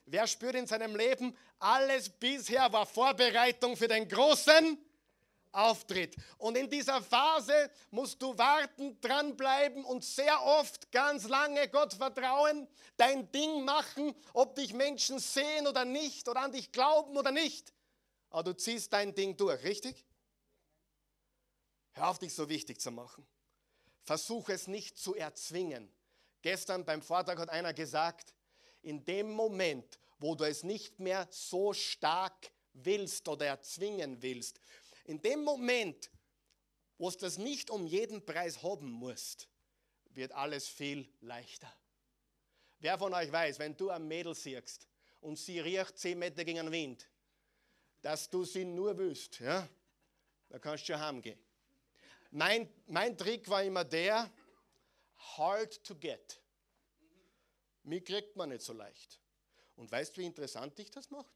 Speaker 1: Wer spürt in seinem Leben, alles bisher war Vorbereitung für den großen Auftritt. Und in dieser Phase musst du warten, dranbleiben und sehr oft ganz lange Gott vertrauen, dein Ding machen, ob dich Menschen sehen oder nicht oder an dich glauben oder nicht. Aber du ziehst dein Ding durch, richtig? Hör auf, dich so wichtig zu machen. Versuch es nicht zu erzwingen. Gestern beim Vortrag hat einer gesagt, in dem Moment, wo du es nicht mehr so stark willst oder erzwingen willst, in dem Moment, wo du das nicht um jeden Preis haben musst, wird alles viel leichter. Wer von euch weiß, wenn du ein Mädel siehst und sie riecht zehn Meter gegen den Wind, dass du sie nur willst, ja, dann kannst du schon heimgehen. Mein, mein Trick war immer der, hard to get. Mich kriegt man nicht so leicht. Und weißt du, wie interessant dich das macht?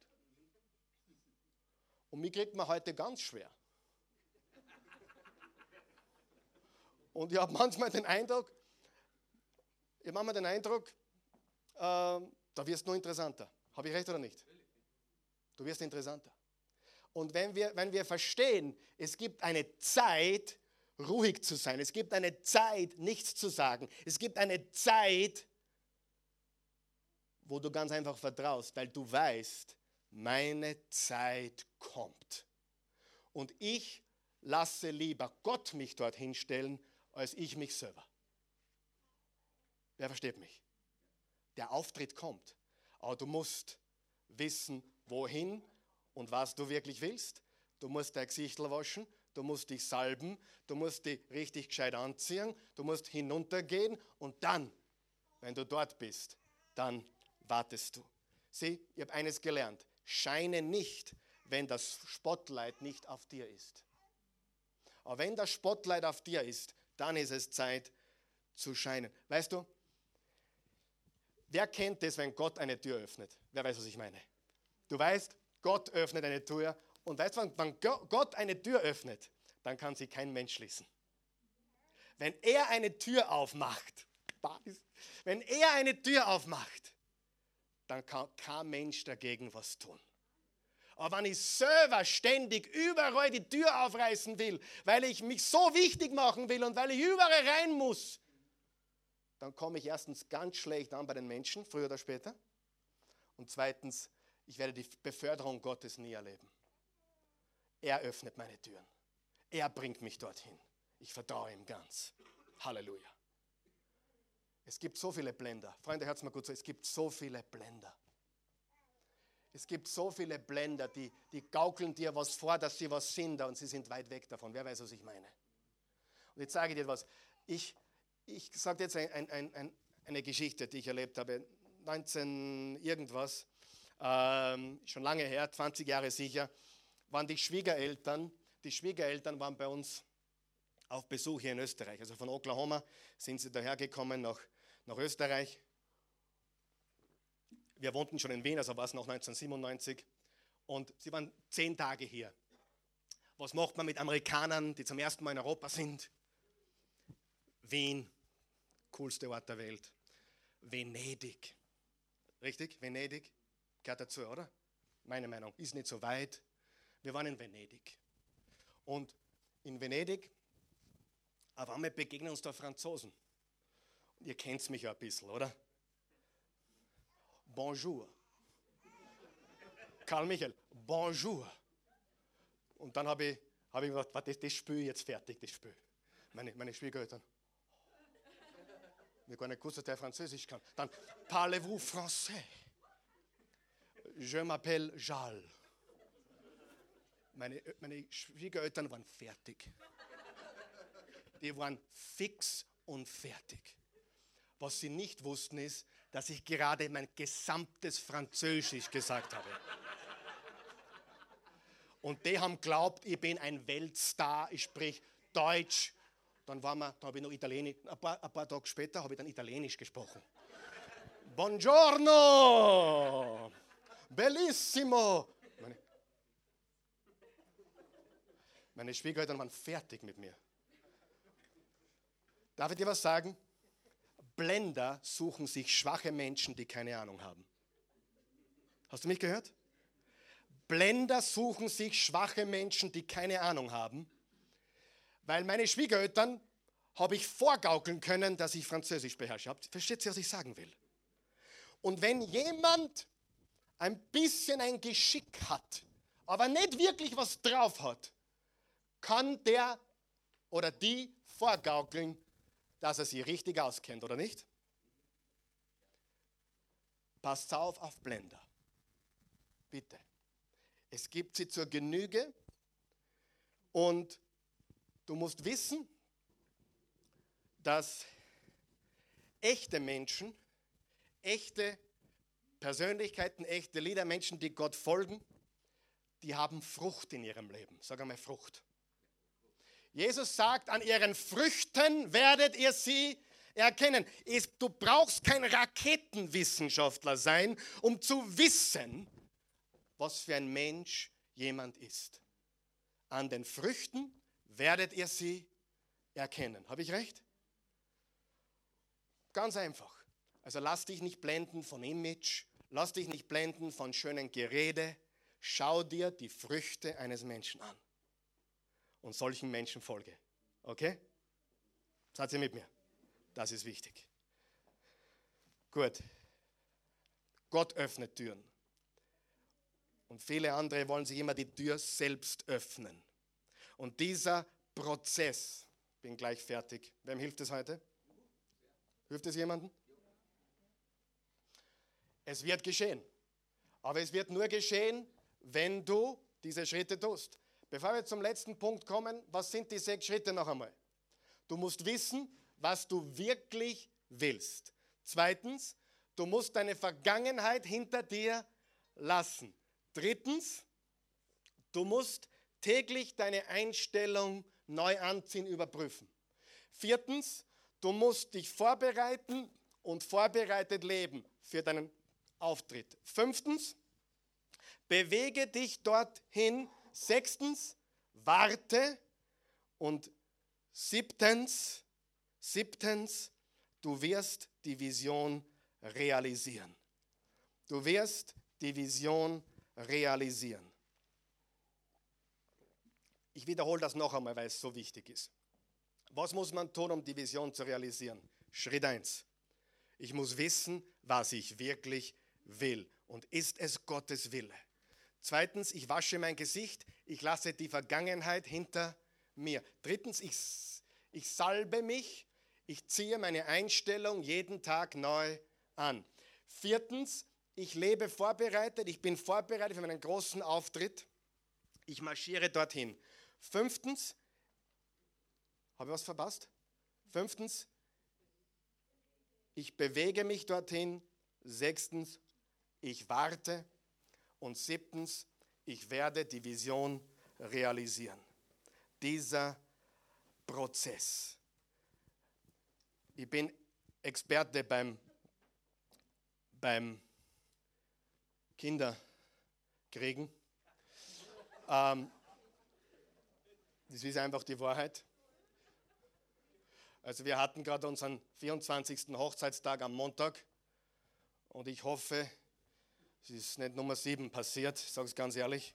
Speaker 1: Und mich kriegt man heute ganz schwer. Und ich habe manchmal den Eindruck, ich habe manchmal den Eindruck, äh, da wirst du noch interessanter. Habe ich recht oder nicht? Du wirst interessanter. Und wenn wir, wenn wir verstehen, es gibt eine Zeit, ruhig zu sein. Es gibt eine Zeit, nichts zu sagen. Es gibt eine Zeit, wo du ganz einfach vertraust, weil du weißt, meine Zeit kommt. Und ich lasse lieber Gott mich dorthin stellen, als ich mich selber. Wer versteht mich? Der Auftritt kommt, aber du musst wissen, wohin und was du wirklich willst. Du musst dein Gesichtel waschen, du musst dich salben, du musst dich richtig gescheit anziehen, du musst hinuntergehen und dann, wenn du dort bist, dann wartest du. Sieh, ich habe eines gelernt, scheine nicht, wenn das Spotlight nicht auf dir ist. Aber wenn das Spotlight auf dir ist, dann ist es Zeit zu scheinen. Weißt du, wer kennt das, wenn Gott eine Tür öffnet? Wer weiß, was ich meine? Du weißt, Gott öffnet eine Tür und weißt du, wenn Gott eine Tür öffnet, dann kann sie kein Mensch schließen. Wenn er eine Tür aufmacht, wenn er eine Tür aufmacht, dann kann kein Mensch dagegen was tun. Aber wenn ich selber ständig überall die Tür aufreißen will, weil ich mich so wichtig machen will und weil ich überall rein muss, dann komme ich erstens ganz schlecht an bei den Menschen, früher oder später. Und zweitens, ich werde die Beförderung Gottes nie erleben. Er öffnet meine Türen. Er bringt mich dorthin. Ich vertraue ihm ganz. Halleluja. Es gibt so viele Blender. Freunde, hört es mal gut zu. Es gibt so viele Blender. Es gibt so viele Blender, die, die gaukeln dir was vor, dass sie was sind, und sie sind weit weg davon. Wer weiß, was ich meine? Und jetzt sage ich dir was. Ich, ich sage dir jetzt ein, ein, ein, eine Geschichte, die ich erlebt habe. neunzehn irgendwas, ähm, schon lange her, zwanzig Jahre sicher, waren die Schwiegereltern. Die Schwiegereltern waren bei uns auf Besuch hier in Österreich. Also von Oklahoma sind sie dahergekommen nach, nach Österreich. Wir wohnten schon in Wien, also war es noch neunzehnhundertsiebenundneunzig. Und sie waren zehn Tage hier. Was macht man mit Amerikanern, die zum ersten Mal in Europa sind? Wien, coolste Ort der Welt. Venedig. Richtig? Venedig gehört dazu, oder? Meine Meinung, ist nicht so weit. Wir waren in Venedig. Und in Venedig, auf einmal begegnen uns da Franzosen. Und ihr kennt mich ja ein bisschen, oder? Bonjour. Karl Michael, bonjour. Und dann habe ich, hab ich gedacht, das, das Spiel jetzt fertig, das Spiel. Meine, meine Schwiegereltern. Ich habe gar nicht gewusst, dass der Französisch kann. Dann, parlez-vous français? Je m'appelle Jal. Meine, meine Schwiegereltern waren fertig. Die waren fix und fertig. Was sie nicht wussten ist, dass ich gerade mein gesamtes Französisch gesagt habe. Und die haben geglaubt, ich bin ein Weltstar, ich spreche Deutsch. Dann, waren wir, dann habe ich noch Italienisch, ein paar, ein paar Tage später habe ich dann Italienisch gesprochen. Buongiorno, bellissimo. Meine, meine Schwiegereltern waren fertig mit mir. Darf ich dir was sagen? Blender suchen sich schwache Menschen, die keine Ahnung haben. Hast du mich gehört? Blender suchen sich schwache Menschen, die keine Ahnung haben, weil meine Schwiegereltern habe ich vorgaukeln können, dass ich Französisch beherrsche. Versteht ihr, was ich sagen will? Und wenn jemand ein bisschen ein Geschick hat, aber nicht wirklich was drauf hat, kann der oder die vorgaukeln, dass er sich richtig auskennt, oder nicht? Passt auf auf Blender. Bitte. Es gibt sie zur Genüge und du musst wissen, dass echte Menschen, echte Persönlichkeiten, echte Leader, Menschen, die Gott folgen, die haben Frucht in ihrem Leben. Sag einmal Frucht. Jesus sagt, an ihren Früchten werdet ihr sie erkennen. Du brauchst kein Raketenwissenschaftler sein, um zu wissen, was für ein Mensch jemand ist. An den Früchten werdet ihr sie erkennen. Habe ich recht? Ganz einfach. Also lass dich nicht blenden von Image, lass dich nicht blenden von schönen Gerede. Schau dir die Früchte eines Menschen an. Und solchen Menschen folge. Okay? Seid ihr mit mir? Das ist wichtig. Gut. Gott öffnet Türen. Und viele andere wollen sich immer die Tür selbst öffnen. Und dieser Prozess, bin gleich fertig. Wem hilft es heute? Hilft es jemandem? Es wird geschehen. Aber es wird nur geschehen, wenn du diese Schritte tust. Bevor wir zum letzten Punkt kommen, was sind die sechs Schritte noch einmal? Du musst wissen, was du wirklich willst. Zweitens, du musst deine Vergangenheit hinter dir lassen. Drittens, du musst täglich deine Einstellung neu anziehen, überprüfen. Viertens, du musst dich vorbereiten und vorbereitet leben für deinen Auftritt. Fünftens, bewege dich dorthin. Sechstens, warte. Und siebtens, siebtens, du wirst die Vision realisieren. Du wirst die Vision realisieren. Ich wiederhole das noch einmal, weil es so wichtig ist. Was muss man tun, um die Vision zu realisieren? Schritt eins. Ich muss wissen, was ich wirklich will. Und ist es Gottes Wille? Zweitens, ich wasche mein Gesicht. Ich lasse die Vergangenheit hinter mir. Drittens, ich, ich salbe mich. Ich ziehe meine Einstellung jeden Tag neu an. Viertens, ich lebe vorbereitet. Ich bin vorbereitet für meinen großen Auftritt. Ich marschiere dorthin. Fünftens, habe ich was verpasst? Fünftens, ich bewege mich dorthin. Sechstens, ich warte. Und siebtens, ich werde die Vision realisieren. Dieser Prozess. Ich bin Experte beim, beim Kinderkriegen. Ähm, das ist einfach die Wahrheit. Also wir hatten gerade unseren vierundzwanzigsten Hochzeitstag am Montag und ich hoffe, es ist nicht Nummer sieben passiert, ich sage es ganz ehrlich.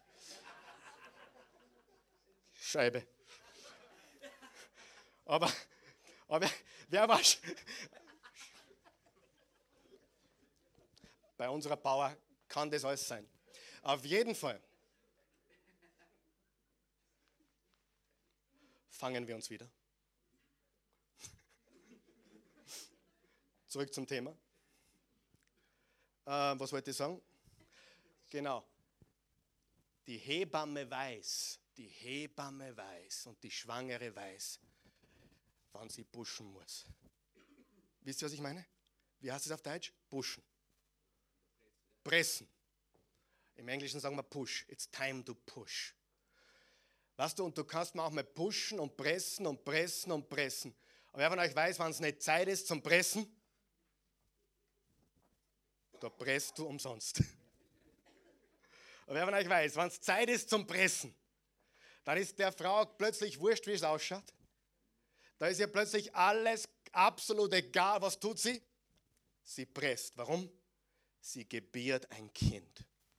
Speaker 1: Scheibe. Aber, aber wer war bei unserer Power kann das alles sein. Auf jeden Fall fangen wir uns wieder. Zurück zum Thema. Äh, was wollte ich sagen? Genau. Die Hebamme weiß, die Hebamme weiß und die Schwangere weiß, wann sie pushen muss. Wisst ihr, was ich meine? Wie heißt es auf Deutsch? Pushen. Pressen. Im Englischen sagen wir push. It's time to push. Weißt du, und du kannst mir auch mal pushen und pressen und pressen und pressen. Aber wer von euch weiß, wann es nicht Zeit ist zum Pressen? Da presst du umsonst. Aber wer von euch weiß, wenn es Zeit ist zum Pressen, dann ist der Frau plötzlich wurscht, wie es ausschaut. Da ist ihr plötzlich alles absolut egal. Was tut sie? Sie presst. Warum? Sie gebiert ein Kind.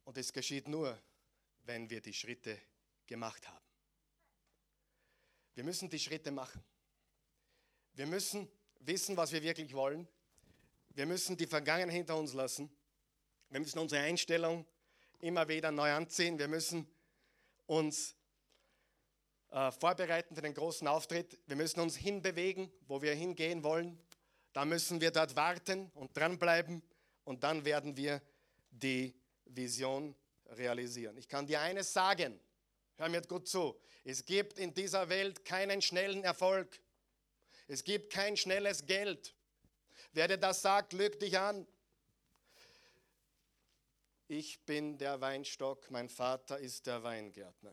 Speaker 1: Und es geschieht nur, wenn wir die Schritte gemacht haben. Wir müssen die Schritte machen. Wir müssen wissen, was wir wirklich wollen. Wir müssen die Vergangenheit hinter uns lassen. Wir müssen unsere Einstellung immer wieder neu anziehen. Wir müssen uns äh, vorbereiten für den großen Auftritt. Wir müssen uns hinbewegen, wo wir hingehen wollen. Da müssen wir dort warten und dranbleiben und dann werden wir die Vision realisieren. Ich kann dir eines sagen, hör mir gut zu, es gibt in dieser Welt keinen schnellen Erfolg. Es gibt kein schnelles Geld. Wer dir das sagt, lügt dich an. Ich bin der Weinstock, mein Vater ist der Weingärtner.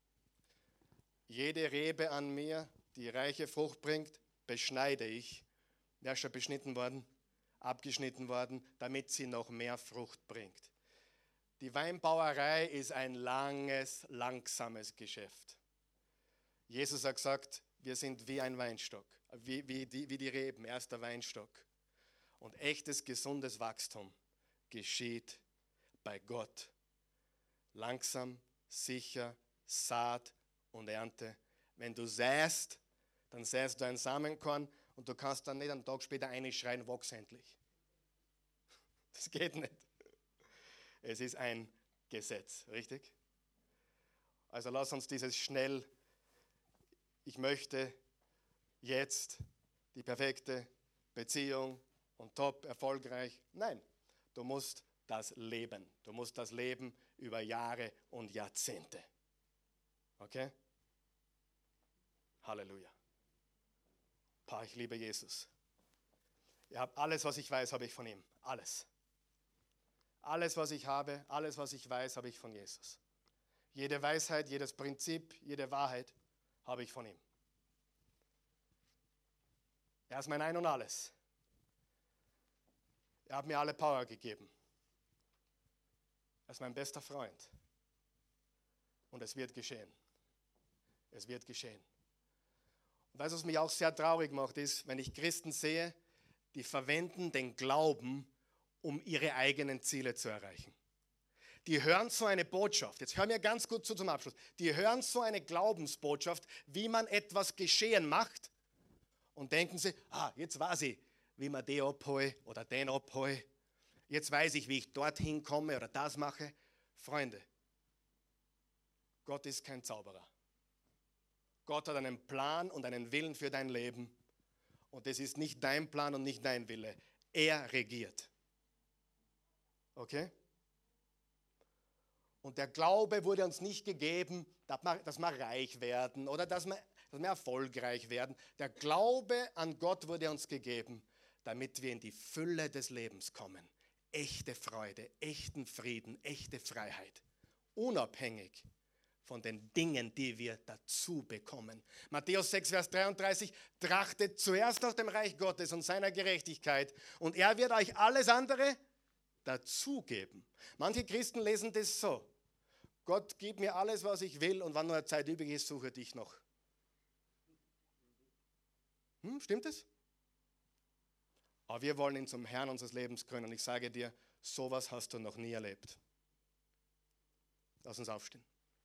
Speaker 1: Jede Rebe an mir, die reiche Frucht bringt, beschneide ich. Wer ist schon beschnitten worden, abgeschnitten worden, damit sie noch mehr Frucht bringt. Die Weinbauerei ist ein langes, langsames Geschäft. Jesus hat gesagt, wir sind wie ein Weinstock, wie, wie, die, wie die Reben, er ist der Weinstock. Und echtes, gesundes Wachstum geschieht bei Gott. Langsam, sicher, Saat und Ernte. Wenn du säst, dann säst du ein Samenkorn und du kannst dann nicht einen Tag später einschreien, wachs endlich. Das geht nicht. Es ist ein Gesetz, richtig? Also lass uns dieses schnell, ich möchte jetzt die perfekte Beziehung und top, erfolgreich. Nein, du musst das leben. Du musst das leben über Jahre und Jahrzehnte. Okay? Halleluja. Pah, ich liebe Jesus. Ihr habt alles, was ich weiß, habe ich von ihm. Alles. Alles, was ich habe, alles, was ich weiß, habe ich von Jesus. Jede Weisheit, jedes Prinzip, jede Wahrheit habe ich von ihm. Er ist mein Ein und Alles. Er hat mir alle Power gegeben. Er ist mein bester Freund. Und es wird geschehen. Es wird geschehen. Und weißt du, was mich auch sehr traurig macht, ist, wenn ich Christen sehe, die verwenden den Glauben, um ihre eigenen Ziele zu erreichen. Die hören so eine Botschaft, jetzt hör mir ganz gut zu zum Abschluss, die hören so eine Glaubensbotschaft, wie man etwas geschehen macht und denken sie, ah, jetzt weiß ich, wie man den abhole oder den abhole. Jetzt weiß ich, wie ich dorthin komme oder das mache. Freunde, Gott ist kein Zauberer. Gott hat einen Plan und einen Willen für dein Leben. Und es ist nicht dein Plan und nicht dein Wille. Er regiert. Okay? Und der Glaube wurde uns nicht gegeben, dass wir reich werden oder dass wir, dass wir erfolgreich werden. Der Glaube an Gott wurde uns gegeben, damit wir in die Fülle des Lebens kommen. Echte Freude, echten Frieden, echte Freiheit. Unabhängig von den Dingen, die wir dazu bekommen. Matthäus sechs, Vers dreiunddreißig, trachtet zuerst nach dem Reich Gottes und seiner Gerechtigkeit und er wird euch alles andere dazugeben. Manche Christen lesen das so. Gott gibt mir alles, was ich will und wann nur Zeit übrig ist, suche dich noch. Hm, stimmt es? Aber wir wollen ihn zum Herrn unseres Lebens krönen und ich sage dir, sowas hast du noch nie erlebt. Lass uns aufstehen.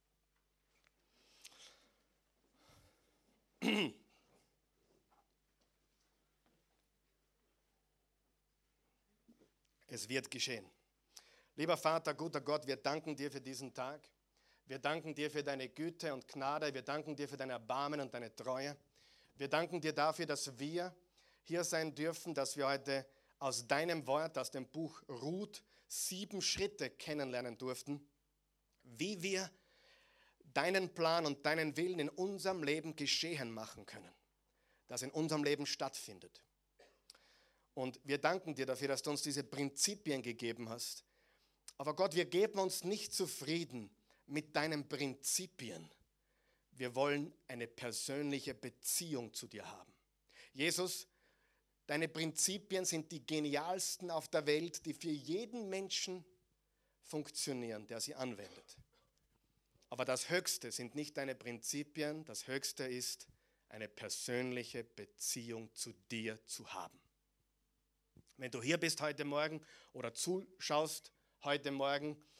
Speaker 1: Es wird geschehen. Lieber Vater, guter Gott, wir danken dir für diesen Tag. Wir danken dir für deine Güte und Gnade. Wir danken dir für dein Erbarmen und deine Treue. Wir danken dir dafür, dass wir hier sein dürfen, dass wir heute aus deinem Wort, aus dem Buch Ruth, sieben Schritte kennenlernen durften, wie wir deinen Plan und deinen Willen in unserem Leben geschehen machen können, das in unserem Leben stattfindet. Und wir danken dir dafür, dass du uns diese Prinzipien gegeben hast. Aber Gott, wir geben uns nicht zufrieden mit deinen Prinzipien. Wir wollen eine persönliche Beziehung zu dir haben. Jesus, deine Prinzipien sind die genialsten auf der Welt, die für jeden Menschen funktionieren, der sie anwendet. Aber das Höchste sind nicht deine Prinzipien, das Höchste ist, eine persönliche Beziehung zu dir zu haben. Wenn du hier bist heute Morgen oder zuschaust heute Morgen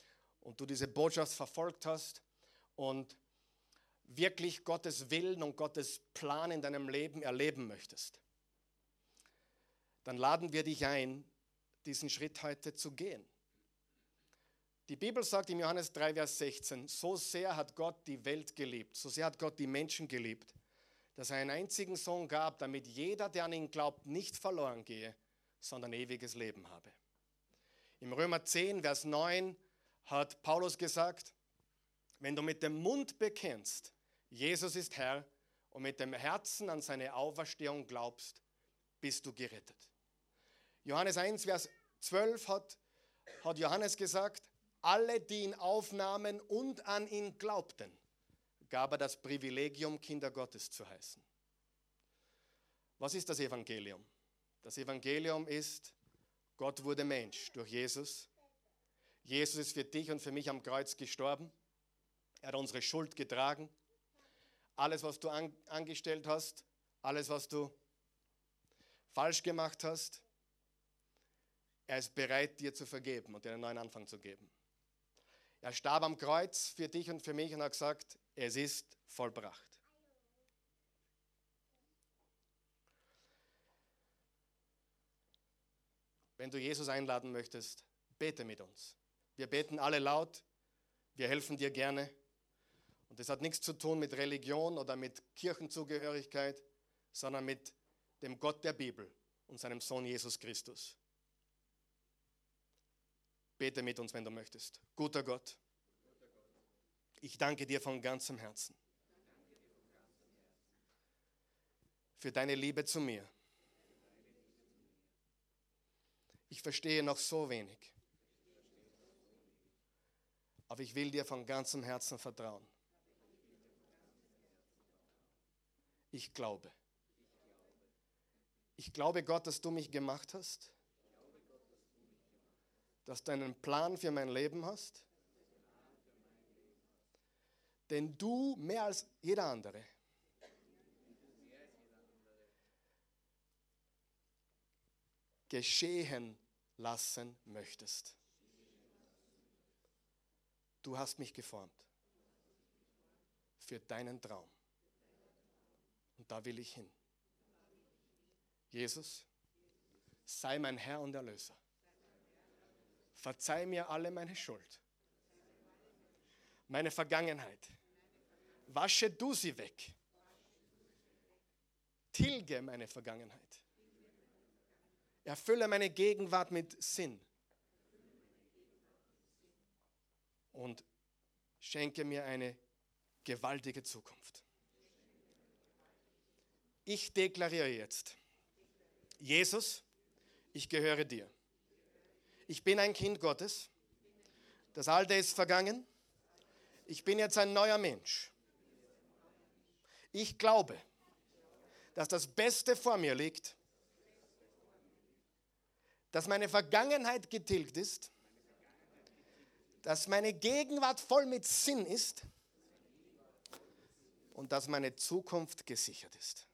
Speaker 1: und du diese Botschaft verfolgt hast und wirklich Gottes Willen und Gottes Plan in deinem Leben erleben möchtest, dann laden wir dich ein, diesen Schritt heute zu gehen. Die Bibel sagt im Johannes drei, Vers sechzehn, so sehr hat Gott die Welt geliebt, so sehr hat Gott die Menschen geliebt, dass er einen einzigen Sohn gab, damit jeder, der an ihn glaubt, nicht verloren gehe, sondern ewiges Leben habe. Im Römer zehn, Vers neun hat Paulus gesagt, wenn du mit dem Mund bekennst, Jesus ist Herr, und mit dem Herzen an seine Auferstehung glaubst, bist du gerettet. Johannes eins, Vers zwölf hat, hat Johannes gesagt, alle, die ihn aufnahmen und an ihn glaubten, gab er das Privilegium, Kinder Gottes zu heißen. Was ist das Evangelium? Das Evangelium ist, Gott wurde Mensch durch Jesus. Jesus ist für dich und für mich am Kreuz gestorben. Er hat unsere Schuld getragen. Alles, was du an, angestellt hast, alles, was du falsch gemacht hast, er ist bereit, dir zu vergeben und dir einen neuen Anfang zu geben. Er starb am Kreuz für dich und für mich und hat gesagt, es ist vollbracht. Wenn du Jesus einladen möchtest, bete mit uns. Wir beten alle laut, wir helfen dir gerne. Und das hat nichts zu tun mit Religion oder mit Kirchenzugehörigkeit, sondern mit dem Gott der Bibel und seinem Sohn Jesus Christus. Bete mit uns, wenn du möchtest. Guter Gott, ich danke dir von ganzem Herzen für deine Liebe zu mir. Ich verstehe noch so wenig, aber ich will dir von ganzem Herzen vertrauen. Ich glaube. Ich glaube, Gott, dass du mich gemacht hast, dass du einen Plan für mein Leben hast, den du mehr als jeder andere geschehen lassen möchtest. Du hast mich geformt für deinen Traum. Und da will ich hin. Jesus, sei mein Herr und Erlöser. Verzeih mir alle meine Schuld, meine Vergangenheit. Wasche du sie weg. Tilge meine Vergangenheit. Erfülle meine Gegenwart mit Sinn. Und schenke mir eine gewaltige Zukunft. Ich deklariere jetzt, Jesus, ich gehöre dir. Ich bin ein Kind Gottes. Das Alte ist vergangen. Ich bin jetzt ein neuer Mensch. Ich glaube, dass das Beste vor mir liegt, dass meine Vergangenheit getilgt ist, dass meine Gegenwart voll mit Sinn ist und dass meine Zukunft gesichert ist.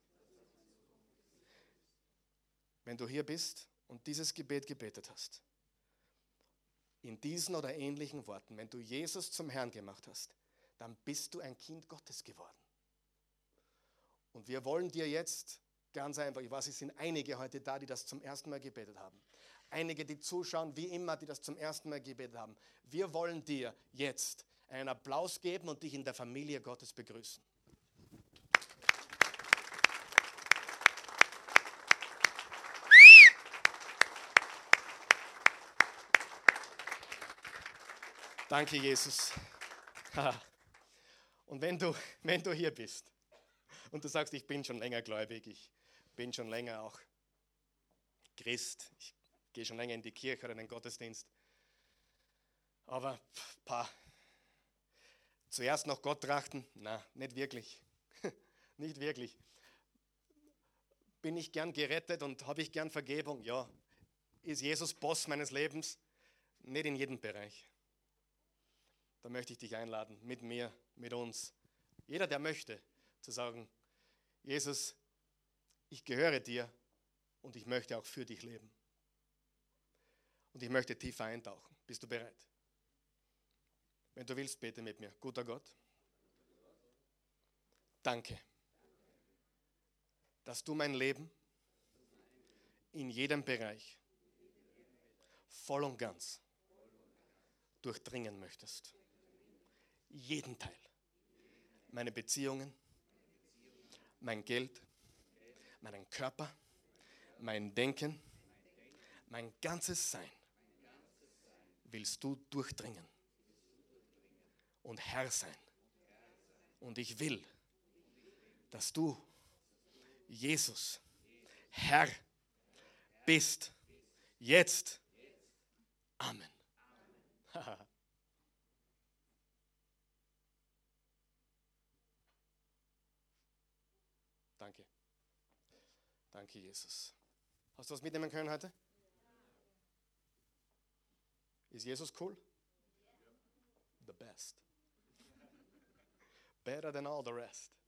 Speaker 1: Wenn du hier bist und dieses Gebet gebetet hast, in diesen oder ähnlichen Worten, wenn du Jesus zum Herrn gemacht hast, dann bist du ein Kind Gottes geworden. Und wir wollen dir jetzt ganz einfach, ich weiß, es sind einige heute da, die das zum ersten Mal gebetet haben. Einige, die zuschauen, wie immer, die das zum ersten Mal gebetet haben. Wir wollen dir jetzt einen Applaus geben und dich in der Familie Gottes begrüßen. Danke, Jesus. Und wenn du, wenn du hier bist und du sagst, ich bin schon länger gläubig, ich bin schon länger auch Christ, ich gehe schon länger in die Kirche oder in den Gottesdienst, aber pa, zuerst noch Gott trachten? Na, nicht wirklich. Nicht wirklich. Bin ich gern gerettet und habe ich gern Vergebung? Ja. Ist Jesus Boss meines Lebens? Nicht in jedem Bereich. Da möchte ich dich einladen, mit mir, mit uns, jeder, der möchte, zu sagen, Jesus, ich gehöre dir und ich möchte auch für dich leben. Und ich möchte tiefer eintauchen. Bist du bereit? Wenn du willst, bete mit mir. Guter Gott, danke, dass du mein Leben in jedem Bereich voll und ganz durchdringen möchtest. Jeden Teil. Meine Beziehungen, mein Geld, meinen Körper, mein Denken, mein ganzes Sein willst du durchdringen und Herr sein. Und ich will, dass du, Jesus, Herr bist. Jetzt. Amen. Danke. Danke, Jesus. Hast du was mitnehmen können heute? Ist Jesus cool? The best. Better than all the rest.